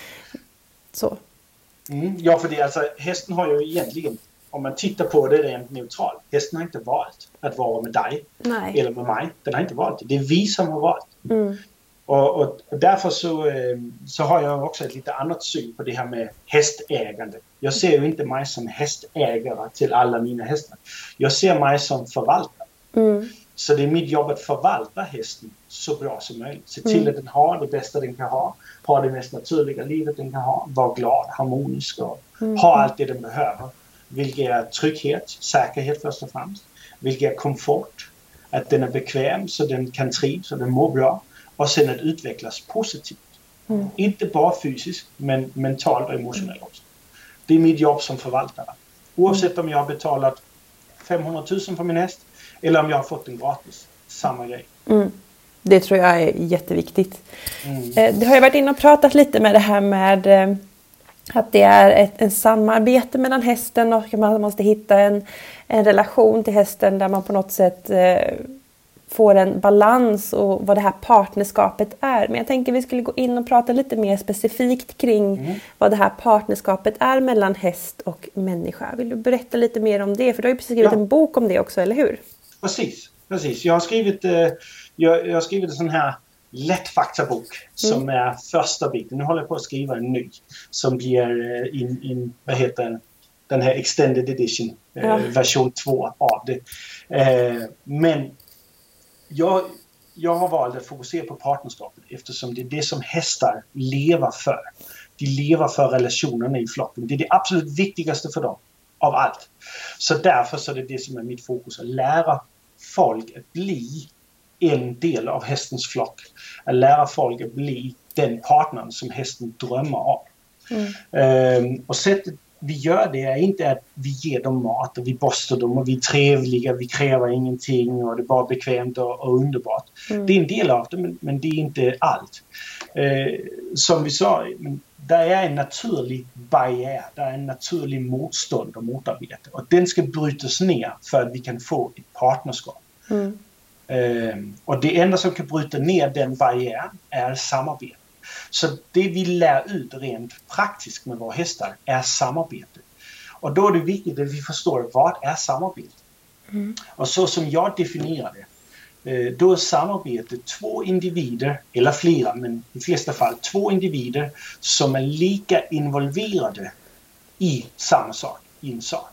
Så. Ja, för det alltså, hästen har ju egentligen, om man tittar på det rent neutralt, hästen har inte valt att vara med dig eller med mig. Den har inte valt det. Det är vi som har valt. Och därför så har jag också ett lite annat syn på det här med hästägande. Jag ser ju inte mig som hästägare till alla mina hästar. Jag ser mig som förvaltare. Så det är mitt jobb att förvalta hästen så bra som möjligt. Se till att den har det bästa den kan ha det mest naturliga livet den kan ha, vara glad, harmonisk och ha allt det den behöver. Vilket är trygghet, säkerhet först och främst. Vilket är komfort, att den är bekväm så den kan trivas och den mår bra. Och sen att utvecklas positivt. Inte bara fysiskt, men mentalt och emotionellt också. Det är mitt jobb som förvaltare. Oavsett om jag har betalat 500 000 för min häst eller om jag har fått den gratis. Samma grej. Det tror jag är jätteviktigt. Det har jag varit inne och pratat lite med det här med att det är en samarbete mellan hästen och man måste hitta en relation till hästen där man på något sätt får en balans och vad det här partnerskapet är. Men jag tänker vi skulle gå in och prata lite mer specifikt kring vad det här partnerskapet är mellan häst och människa. Vill du berätta lite mer om det? För du har ju precis skrivit en bok om det också, eller hur? Precis. Jag har skrivit en sån här lättfaktabok som är första biten. Nu håller jag på att skriva en ny som blir vad heter den här extended edition version 2 av det. Men jag har valt att fokusera på partnerskapet eftersom det är det som hästar lever för. De lever för relationerna i flocken. Det är det absolut viktigaste för dem av allt. Så därför så är det som är mitt fokus, att lära folk att bli en del av hästens flock. Att lära folk att bli den partnern som hästen drömmer om. Och sättet vi gör det är inte att vi ger dem mat och vi borstar dem och vi är trevliga, vi kräver ingenting och det är bara bekvämt och underbart. Det är en del av det, men det är inte allt. Som vi sa, det är en naturlig barriär, det är en naturlig motstånd och motarbete. Och den ska brytas ner för att vi kan få ett partnerskap. Och det enda som kan bryta ner den barriären är samarbete. Så det vi lär ut rent praktiskt med våra hästar är samarbete. Och då är det viktigt att vi förstår vad är samarbete. Och så som jag definierar det, då är samarbete två individer, eller flera, men i flesta fall två individer som är lika involverade i samma sak, i en sak.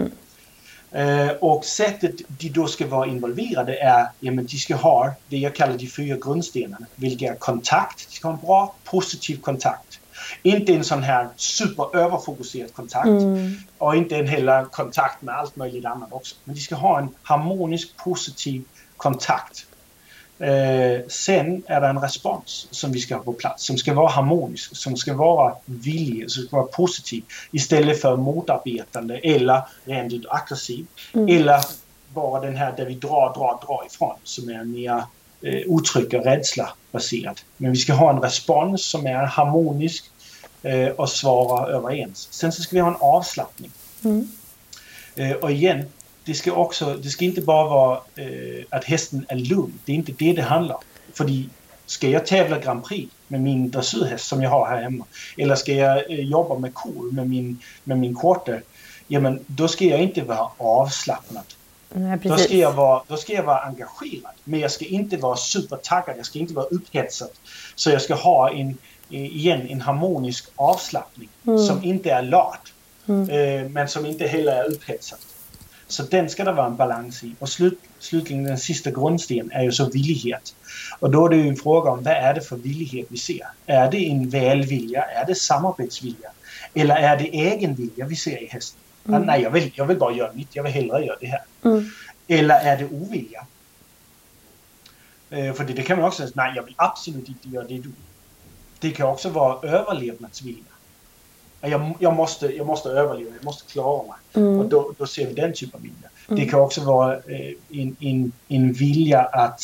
Och sättet de då ska vara involverade är, de ska ha det jag kallar de 4 grundstenarna, vilka är kontakt, de ska ha en bra positiv kontakt. Inte en sån här superöverfokuserad kontakt och inte en hela kontakt med allt möjligt annat också. Men de ska ha en harmonisk positiv kontakt. Sen är det en respons som vi ska ha på plats, som ska vara harmonisk, som ska vara villig, som ska vara positiv istället för motarbetande eller rent ut aggressiv. Eller bara den här där vi drar ifrån, som är mer otrygg och rädsla baserad. Men vi ska ha en respons som är harmonisk och svara överens. Sen så ska vi ha en avslappning. Och igen, det ska inte bara vara att hästen är lugn. Det är inte det handlar om. För ska jag tävla Grand Prix med min dressyrhäst som jag har här hemma, eller ska jag jobba med kor med min quarter, då ska jag inte vara avslappnad. Nej, då ska jag vara engagerad. Men jag ska inte vara supertaggad. Jag ska inte vara upphetsad. Så jag ska ha en harmonisk avslappning som inte är lat. Men som inte heller är upphetsad. Så den ska det vara en balans i. Och slutligen den sista grundsten är ju så villighet. Och då är det ju en fråga om vad är det för villighet vi ser. Är det en välvilja? Är det samarbetsvilja? Eller är det egenvilja vi ser i hästen? Nej, jag vill bara göra mitt. Jag vill hellre göra det här. Eller är det ovilja? För det kan man också säga, nej jag vill absolut inte göra det du. Det kan också vara överlevnadsvilja. Jag måste överleva, jag måste klara mig. Och då ser vi den typen av vilja. Det kan också vara en vilja att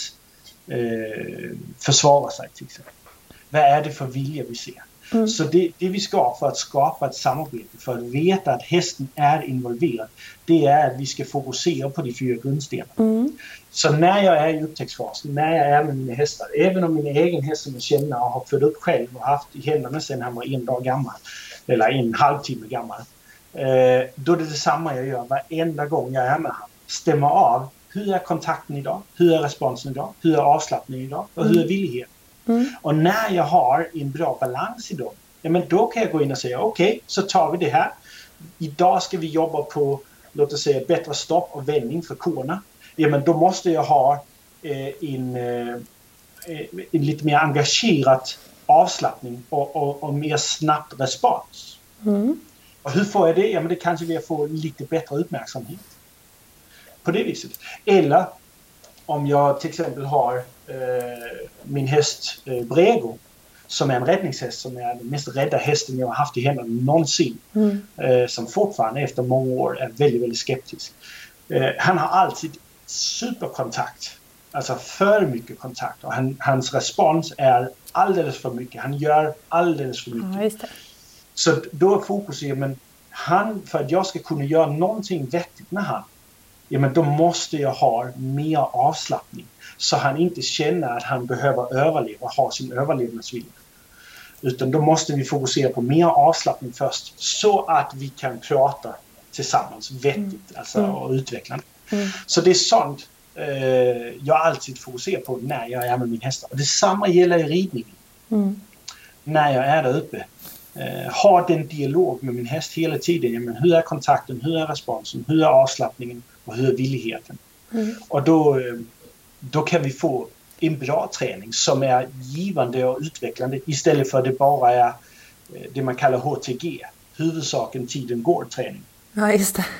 försvara sig till exempel. Vad är det för vilja vi ser? Så det vi ska för att skapa ett samarbete, för att veta att hästen är involverad, det är att vi ska fokusera på de 4 grundstenarna. Så när jag är i upptäcktsfasen, när jag är med mina hästar, även om min egen häst som jag känner och har fött upp själv och haft i händerna sedan han var 1 dag gammal, eller 1,5 timme gammal, då är det detsamma jag gör varenda gång jag är med honom. Stämmer av, hur är kontakten idag? Hur är responsen idag? Hur är avslappningen idag? Och hur är villigheten? Och när jag har en bra balans i dem, ja, men då kan jag gå in och säga okej, så tar vi det här. Idag ska vi jobba på, låt oss säga, bättre stopp och vändning för korna. Ja, men då måste jag ha en lite mer engagerad avslappning och mer snabbt respons. Och hur får jag det? Ja, men det kanske vi får lite bättre uppmärksamhet på det viset. Eller om jag till exempel har min häst Brego, som är en räddningshäst, som är den mest rädda hästen jag har haft i händerna någonsin. Som fortfarande efter många år är väldigt, väldigt skeptisk. Han har alltid superkontakt. Alltså för mycket kontakt. Och hans respons är alldeles för mycket. Han gör alldeles för mycket. Ja, just det. Så då är fokuset, men för att jag ska kunna göra någonting vettigt med han, ja, men då måste jag ha mer avslappning. Så han inte känner att han behöver överleva och ha sin överlevnadsvilja. Utan då måste vi fokusera på mer avslappning först. Så att vi kan prata tillsammans vettigt och utvecklande. Så det är sånt jag alltid fokuserar på när jag är med min häst. Och detsamma gäller i ridningen. När jag är där uppe. Ha den dialog med min häst hela tiden. Ja, men hur är kontakten? Hur är responsen? Hur är avslappningen? Och hur är villigheten? Och då kan vi få en bra träning som är givande och utvecklande istället för att det bara är det man kallar HTG. Huvudsaken tiden går träning. Ja, just det.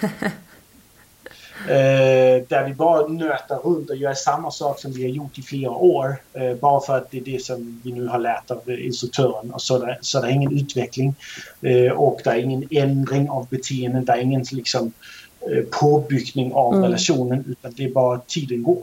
Där vi bara nötar runt och gör samma sak som vi har gjort i flera år. Bara för att det är det som vi nu har lärt av instruktören. Och så det är ingen utveckling. Och det är ingen ändring av beteenden. Det är ingen liksom påbyggning av relationen, utan det är bara tiden går.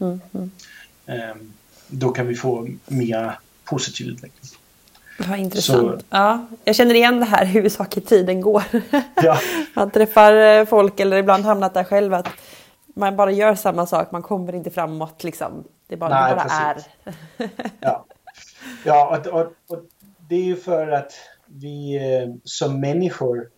Då kan vi få mer positiv utveckling. Vad intressant. Ja, jag känner igen det här huvudsak i tiden går. Ja. Man träffar folk eller ibland hamnat där själv att man bara gör samma sak, man kommer inte framåt liksom. Det bara är. Ja, och det är ju för att vi som människor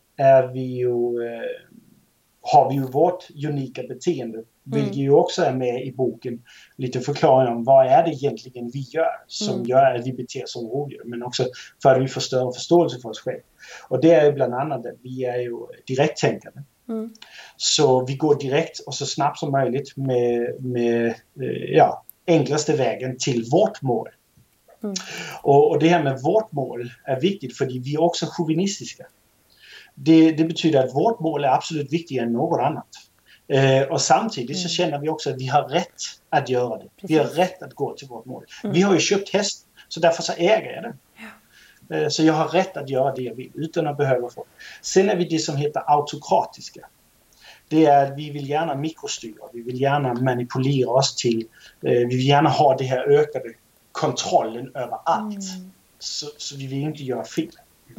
har vi ju vårt unika beteende, vilket ju också är med i boken. Lite förklaring om vad är det egentligen vi gör som gör att vi beter som rovdjur, men också för att vi får större förståelse för oss själva. Och det är ju bland annat att vi är ju direkttänkande. Så vi går direkt och så snabbt som möjligt med enklaste vägen till vårt mål. Och det här med vårt mål är viktigt för vi är också chauvinistiska. Det betyder att vårt mål är absolut viktigare än något annat. Och samtidigt så känner vi också att vi har rätt att göra det. Precis. Vi har rätt att gå till vårt mål. Vi har ju köpt häst, så därför så äger jag den. Ja. Så jag har rätt att göra det jag vill utan att behöva få. Sen är vi det som heter autokratiska. Det är att vi vill gärna mikrostyra. Vi vill gärna manipulera oss till. Vi vill gärna ha det här ökade kontrollen över allt. Så vi vill inte göra fel.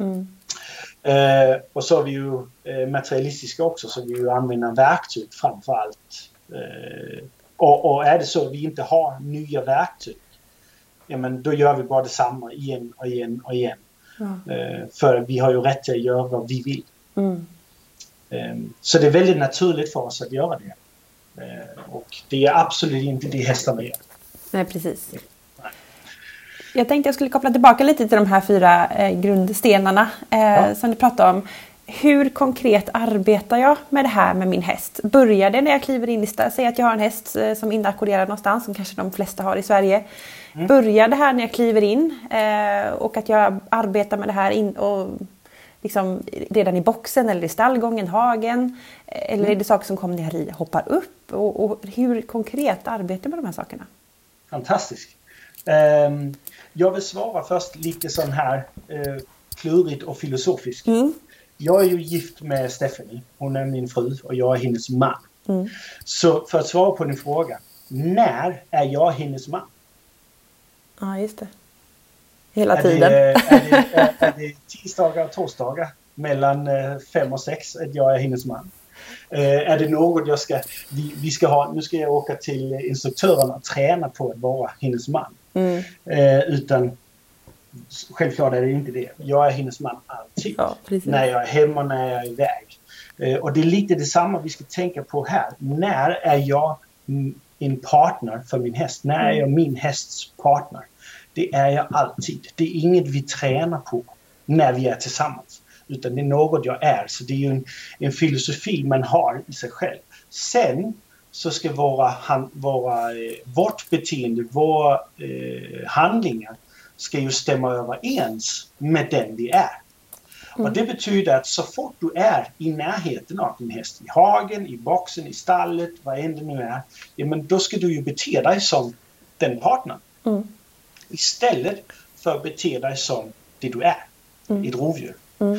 Och så är vi ju materialistiska också, så vi ju använder verktyg framför allt. Och är det så att vi inte har nya verktyg, ja, men då gör vi bara detsamma igen och igen och igen. För vi har ju rätt till att göra vad vi vill. Så det är väldigt naturligt för oss att göra det. Och det är absolut inte det hästarna gör. Nej, precis. Jag tänkte jag skulle koppla tillbaka lite till de här 4 grundstenarna som du pratade om. Hur konkret arbetar jag med det här med min häst? Börjar det när jag kliver in i stallet? Säg att jag har en häst som är inackorderad någonstans, som kanske de flesta har i Sverige. Börjar det här när jag kliver in och att jag arbetar med det här och liksom redan i boxen eller i stallgången, hagen? Eller är det saker som kommer när jag hoppar upp? Och hur konkret arbetar med de här sakerna? Fantastiskt. Jag vill svara först lite sån här klurigt och filosofiskt. Jag är ju gift med Stephanie. Hon är min fru och jag är hennes man. Så för att svara på din fråga. När är jag hennes man? Ja, just det. Hela tiden. Är det tisdagar och torsdagar mellan 5 och 6 att jag är hennes man? Är det något jag ska... Vi ska ha... Nu ska jag åka till instruktörerna och träna på att vara hennes man. Utan... Självklart är det inte det. Jag är hennes man alltid. Ja, när jag är hemma och när jag är iväg. Och det är lite detsamma vi ska tänka på här. När är jag en partner för min häst? När är jag min hästs partner? Det är jag alltid. Det är inget vi tränar på när vi är tillsammans. Utan det är något jag är. Så det är ju en filosofi man har i sig själv. Sen så ska vårt beteende, våra handlingar ska ju stämma överens med den vi är. Och det betyder att så fort du är i närheten av din häst, i hagen, i boxen, i stallet, vad än det nu är, ja, men då ska du ju bete dig som den partnern. Istället för att bete dig som det du är, ett rovdjur.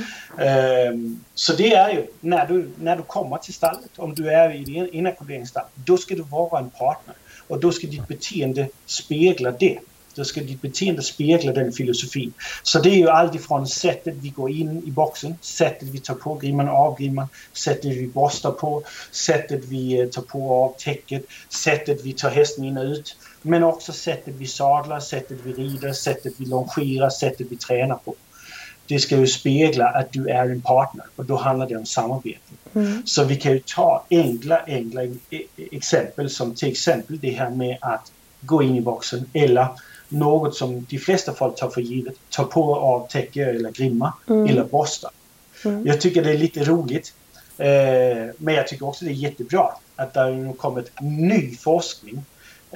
Så det är ju, när du kommer till stallet, om du är i din inackorderingsstall, då ska du vara en partner. Och då ska ditt beteende spegla det. Då ska ditt beteende spegla den filosofin. Så det är ju allt ifrån sättet vi går in i boxen, sättet vi tar på grimman och av grimman, sättet vi borstar på, sättet vi tar på och av täcket, sättet vi tar hästen in och ut. Men också sättet vi sadlar, sättet vi rider, sättet vi longerar, sättet vi tränar på. Det ska ju spegla att du är en partner och då handlar det om samarbete. Så vi kan ju ta enkla exempel som till exempel det här med att gå in i boxen eller något som de flesta folk tar för givet. Ta på och av täcke eller grimma eller borsta. Jag tycker det är lite roligt. Men jag tycker också det är jättebra att det har nu kommit ny forskning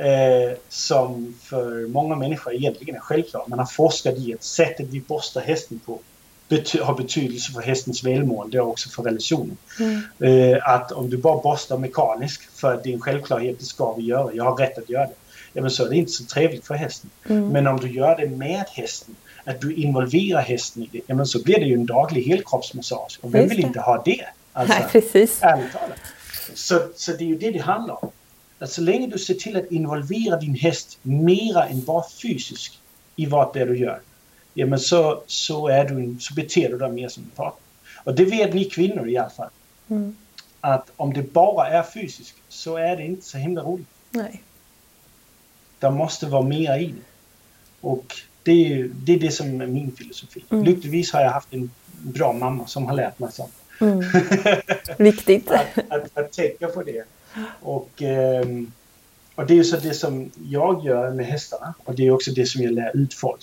som för många människor egentligen är självklart. Man har forskat i att sättet vi borstar hästen på har betydelse för hästens välmående och också för relationen. Att om du bara borstar mekaniskt för att det är en självklarhet, det ska vi göra. Jag har rätt att göra det. Ja, men så är det inte så trevligt för hästen. Men om du gör det med hästen, att du involverar hästen i det, ja, men så blir det ju en daglig helkroppsmassage. Och vem vill inte ha det? Alltså, nej, precis. Ärligt talat. Så det är ju det handlar om. Att så länge du ser till att involvera din häst mera än bara fysiskt i vad det är du gör, ja, men så beter du dig mer som en partner. Och det vet ni kvinnor i alla fall. Att om det bara är fysiskt så är det inte så himla roligt. Nej. Det måste vara mer i det. Och det är det som är min filosofi. Lyckligtvis har jag haft en bra mamma som har lärt mig sånt. Viktigt. att tänka på det. Och det är ju så det som jag gör med hästarna. Och det är också det som jag lär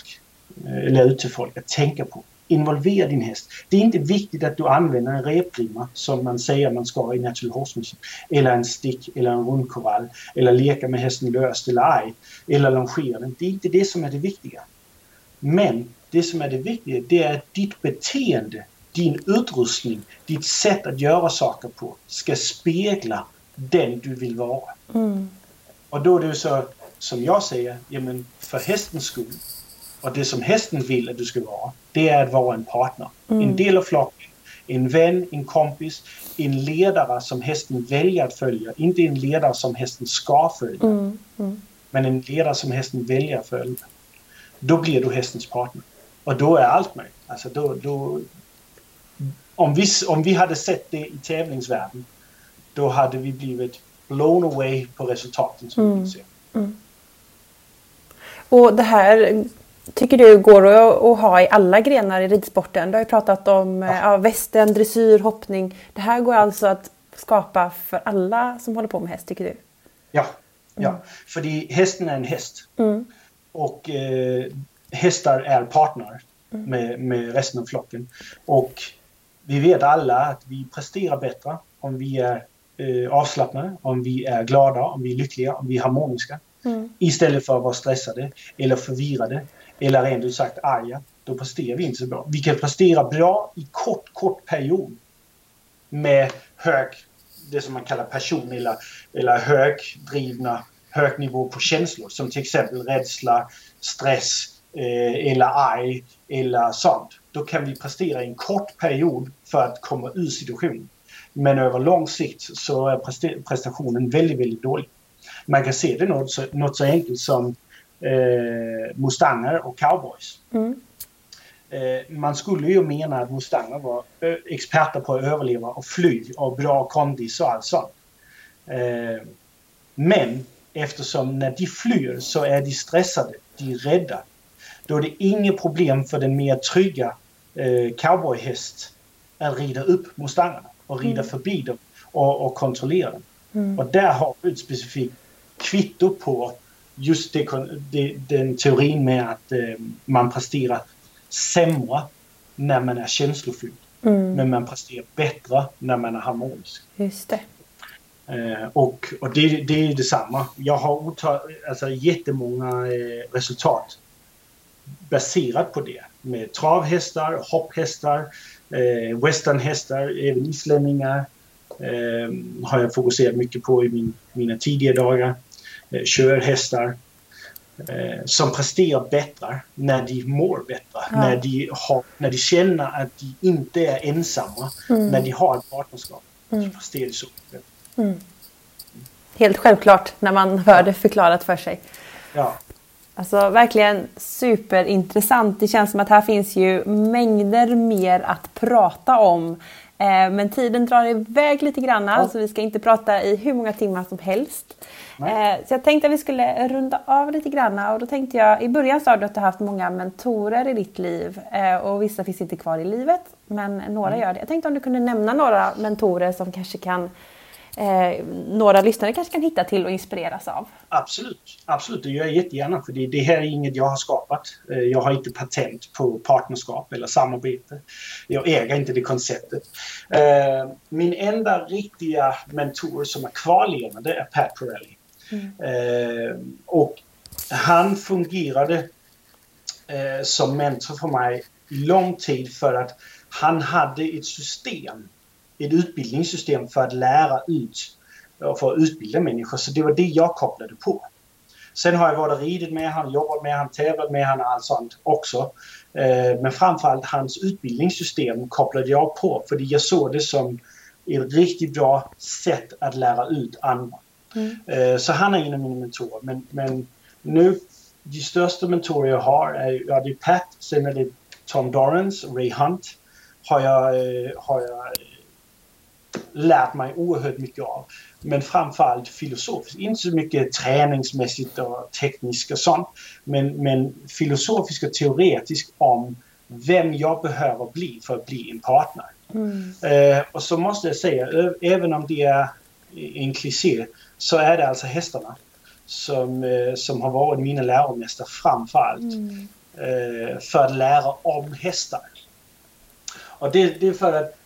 ut till folk att tänka på. Involvera din häst. Det är inte viktigt att du använder en repgrimma som man säger man ska i natural horsemanship. Eller en stick eller en rundkorall. Eller leka med hästen löst eller ej. Eller longera den. Det är inte det som är det viktiga. Men det som är det viktiga, det är att ditt beteende, din utrustning, ditt sätt att göra saker på ska spegla den du vill vara. Och då är det så, som jag säger, ja, men för hästens skull och det som hästen vill att du ska vara, det är att vara en partner. En del av flocken, en vän, en kompis, en ledare som hästen väljer att följa. Inte en ledare som hästen ska följa. Men en ledare som hästen väljer att följa. Då blir du hästens partner. Och då är allt möjligt. Alltså då, om vi hade sett det i tävlingsvärlden, då hade vi blivit blown away på resultaten som vi ser. Och det här tycker du går att ha i alla grenar i ridsporten? Du har ju pratat om västen, dressyr, hoppning. Det här går alltså att skapa för alla som håller på med häst, tycker du? Ja. För hästen är en häst. Och hästar är partner med resten av flocken. Och vi vet alla att vi presterar bättre om vi är avslappnade, om vi är glada, om vi är lyckliga, om vi är harmoniska. Istället för att vara stressade eller förvirrade eller rent ut sagt arga. då presterar vi inte så bra. Vi kan prestera bra i kort period med det som man kallar passion eller hög nivå på känslor, som till exempel rädsla, stress eller arg eller sånt. Då kan vi prestera i en kort period för att komma ur situationen. Men över lång sikt så är prestationen väldigt, väldigt dålig. Man kan se det något så enkelt som mustanger och cowboys. Man skulle ju mena att mustanger var experter på att överleva och fly och bra kondis och allt sånt. Men eftersom när de flyr så är de stressade, de är rädda. Då är det inget problem för den mer trygga cowboyhäst att rida upp mustangerna och rida förbi dem och kontrollera dem. Och där har vi ett specifikt kvitto på just den teorin med att man presterar sämre när man är känslofylld. Men man presterar bättre när man är harmonisk. Just det. Och det är detsamma. Jag har jättemånga resultat baserat på det. Med travhästar, hopphästar, westernhästar, även islänningar har jag fokuserat mycket på i mina tidiga dagar. Körhästar som presterar bättre när de mår bättre. När de känner att de inte är ensamma. När de har ett partnerskap. Så presterar de så bättre. Helt självklart när man hör det förklarat för sig. Ja. Alltså verkligen superintressant. Det känns som att här finns ju mängder mer att prata om. Men tiden drar iväg lite grann, så vi ska inte prata i hur många timmar som helst. Så jag tänkte att vi skulle runda av lite grann. Och då tänkte jag, i början sa du att du har haft många mentorer i ditt liv. Och vissa finns inte kvar i livet, men några gör det. Jag tänkte om du kunde nämna några mentorer som kanske kan... några lyssnare kanske kan hitta till och inspireras av. Absolut, det gör jag jättegärna, för det här är inget jag har skapat. Jag har inte patent på partnerskap eller samarbete. Jag äger inte det konceptet. Min enda riktiga mentor som är kvarlevande är Pat Pirelli. Och han fungerade som mentor för mig lång tid för att han hade ett utbildningssystem för att lära ut och för att utbilda människor. Så det var det jag kopplade på. Sen har jag varit ridit med han, jobbat med han, tävlat med han och allt sånt också. Men framförallt hans utbildningssystem kopplade jag på. För jag såg det som ett riktigt bra sätt att lära ut andra. Så han är en av mina mentorer. Men nu, de största mentorer jag har det är Pat, sen är det Tom Dorrance, Ray Hunt. Har jag lärt mig oerhört mycket av. Men framförallt filosofiskt. Inte så mycket träningsmässigt och tekniskt och sånt. Men filosofiskt och teoretiskt om vem jag behöver bli för att bli en partner. Och så måste jag säga, även om det är en kliché, så är det alltså hästarna som har varit mina läromästare framförallt. För att lära om hästar. Och det är för att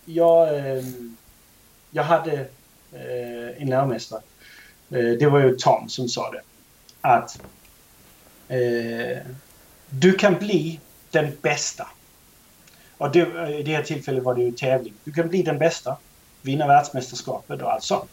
jag hade en läromästare. Det var ju Tom som sa det. Att du kan bli den bästa. Och i det här tillfället var det ju tävling. Du kan bli den bästa. Vinna världsmästerskapet och allt sånt.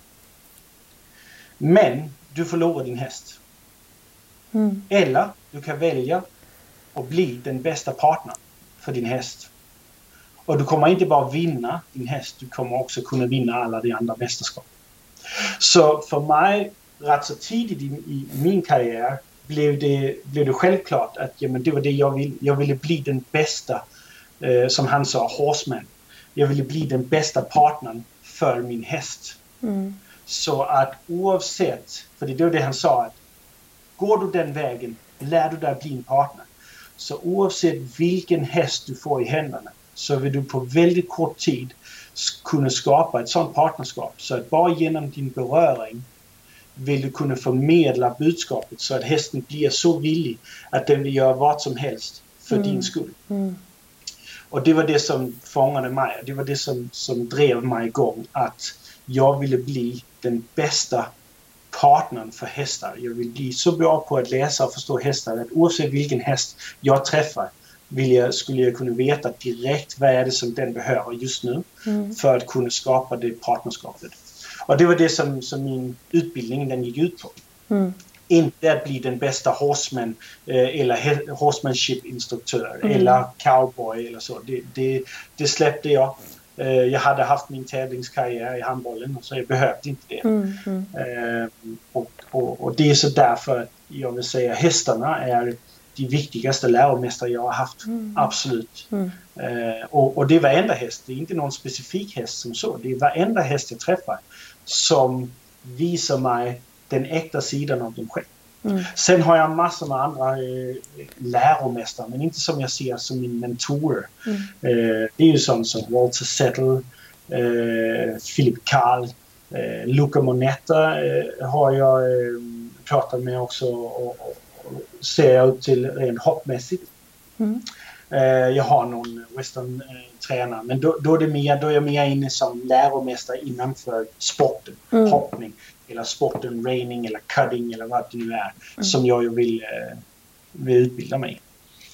Men du förlorar din häst. Eller du kan välja att bli den bästa partnern för din häst. Och du kommer inte bara vinna din häst, du kommer också kunna vinna alla de andra mästerskap. Så för mig, rätt så tidigt i min karriär, blev det självklart att det var det jag ville. Jag ville bli den bästa, som han sa, horseman. Jag ville bli den bästa partnern för min häst. Så att oavsett, för det var det han sa, att går du den vägen, lär du dig bli en partner. Så oavsett vilken häst du får i händerna, så vill du på väldigt kort tid kunna skapa ett sådant partnerskap. Så att bara genom din beröring vill du kunna förmedla budskapet så att hästen blir så villig att den vill göra vad som helst för din skull. Och det var det som fångade mig. Det var det som drev mig igång. Att jag ville bli den bästa partnern för hästar. Jag vill bli så bra på att läsa och förstå hästar att oavsett vilken häst jag träffar, skulle jag kunna veta direkt vad är det som den behöver just nu för att kunna skapa det partnerskapet. Och det var det som min utbildning den gick ut på. Inte att bli den bästa horseman eller horsemanship-instruktör eller cowboy eller så. Det släppte jag. Jag hade haft min tävlingskarriär i handbollen så jag behövde inte det. Och det är så därför att jag vill säga hästarna är de viktigaste läromästare jag har haft. Absolut. Och det är varenda häst. Det är inte någon specifik häst som så. Det är varenda häst jag träffar som visar mig den äkta sidan av dem själv. Sen har jag massor med andra läromästare, men inte som jag ser som min mentor. Det är ju sånt som Walter Settle, Philip Karl, Luca Monetta har jag pratat med också och ser jag upp till rent hoppmässigt. Jag har någon western-tränare, men då är jag mer inne som läromästare innanför sporten, hoppning eller sporten, reining eller cutting eller vad det nu är som jag vill utbilda mig.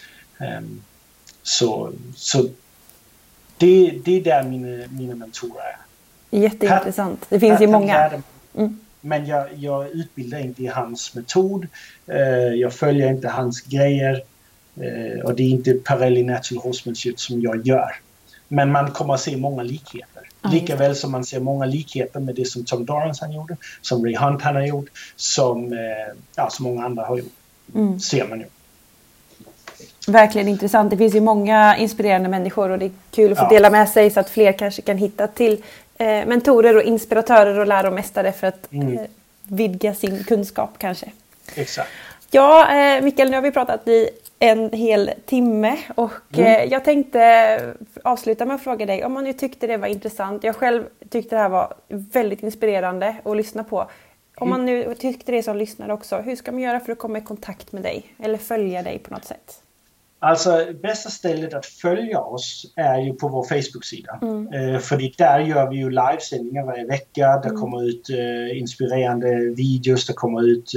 Så det är där mina mentorer är. Jätteintressant. Det finns ju många. Men jag utbildar inte i hans metod. Jag följer inte hans grejer. Och det är inte Parelli Natural Horsemanship som jag gör. Men man kommer att se många likheter. Lika väl som man ser många likheter med det som Tom Dorrance han gjorde. Som Ray Hunt han har gjort. Som många andra har gjort. Ser man ju. Verkligen intressant. Det finns ju många inspirerande människor och det är kul att få dela med sig så att fler kanske kan hitta till mentorer och inspiratörer och läromästare för att vidga sin kunskap kanske. Exakt. Ja, Mikael, nu har vi pratat i en hel timme och jag tänkte avsluta med att fråga dig om man nu tyckte det var intressant. Jag själv tyckte det här var väldigt inspirerande att lyssna på. Om man nu tyckte det som lyssnare också, hur ska man göra för att komma i kontakt med dig eller följa dig på något sätt? Alltså, bästa stället att följa oss är ju på vår Facebook-sida. För där gör vi ju livesändningar varje vecka. Det kommer ut inspirerande videos, det kommer ut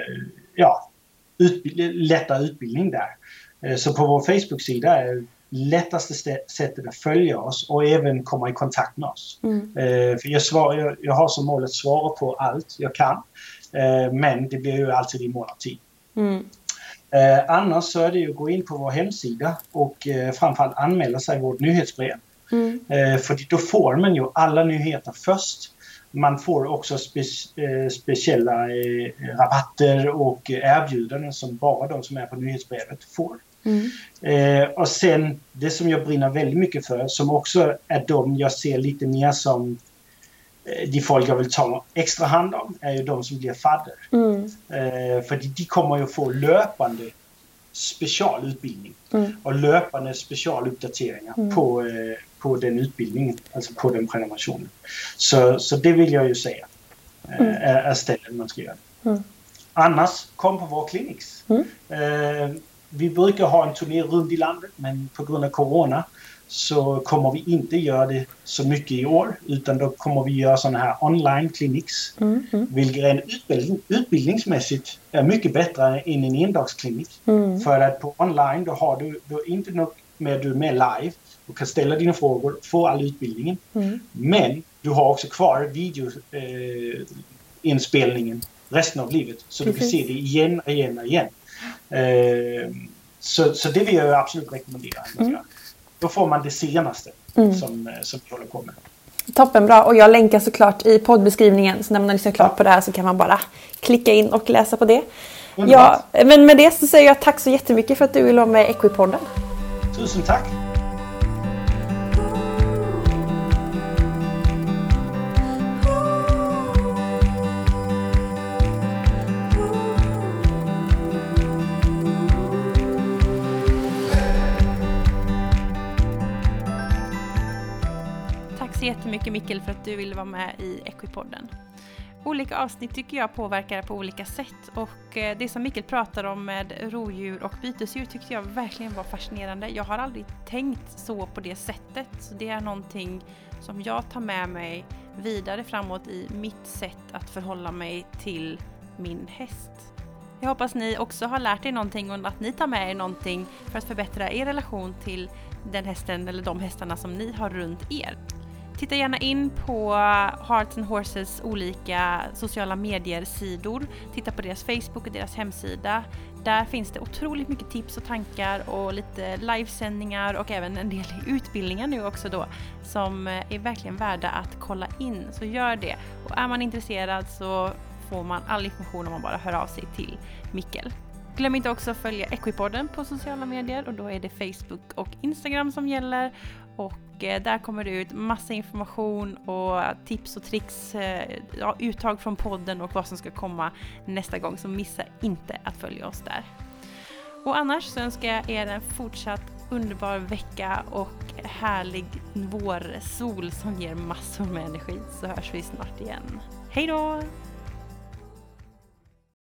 lätta utbildning där. Så på vår Facebook-sida är lättaste sättet att följa oss och även komma i kontakt med oss. För jag har som mål att svara på allt jag kan. Men det blir ju alltid i mån av tid. Annars så är det ju att gå in på vår hemsida och framförallt anmäla sig vårt nyhetsbrev. För då får man ju alla nyheter först. Man får också speciella rabatter och erbjudanden som bara de som är på nyhetsbrevet får. Och sen det som jag brinner väldigt mycket för, som också är de jag ser lite mer som de folk jag vill ta extra hand om, är ju de som blir fadder. För de kommer ju få löpande specialutbildning och löpande specialuppdateringar på den utbildningen, alltså på den prenumerationen. Så det vill jag ju säga är ställen man ska göra. Annars, kom på vår clinics. Vi brukar ha en turné runt i landet, men på grund av corona så kommer vi inte göra det så mycket i år, utan då kommer vi göra sådana här online clinics. Vilket rent utbildningsmässigt är mycket bättre än en endagsklinik. För att på online då har du inte nog med du är med live och kan ställa dina frågor, få all utbildningen. Men du har också kvar videoinspelningen resten av livet, så du kan se det igen och igen. Så det vill jag absolut rekommendera. Då får man det senaste som vi håller på med. Toppenbra, och jag länkar såklart i poddbeskrivningen, så när man har lyssnat klart på det här så kan man bara klicka in och läsa på det. Ja, men med det så säger jag tack så jättemycket för att du vill vara med i Equipodden. Tusen tack! Jättemycket Mikael för att du ville vara med i Equipodden. Olika avsnitt tycker jag påverkar på olika sätt, och det som Mikael pratar om med rådjur och bytesdjur tyckte jag verkligen var fascinerande. Jag har aldrig tänkt så på det sättet, så det är någonting som jag tar med mig vidare framåt i mitt sätt att förhålla mig till min häst. Jag hoppas ni också har lärt er någonting och att ni tar med er någonting för att förbättra er relation till den hästen eller de hästarna som ni har runt er. Titta gärna in på Hearts and Horses olika sociala medier-sidor. Titta på deras Facebook och deras hemsida. Där finns det otroligt mycket tips och tankar och lite livesändningar och även en del utbildningar nu också då som är verkligen värda att kolla in. Så gör det. Och är man intresserad så får man all information om man bara hör av sig till Mikkel. Glöm inte också att följa Equipodden på sociala medier och då är det Facebook och Instagram som gäller. Och där kommer det ut massa information och tips och tricks, uttag från podden och vad som ska komma nästa gång. Så missa inte att följa oss där. Och annars så önskar jag er en fortsatt underbar vecka och härlig vårsol som ger massor med energi. Så hörs vi snart igen. Hej då!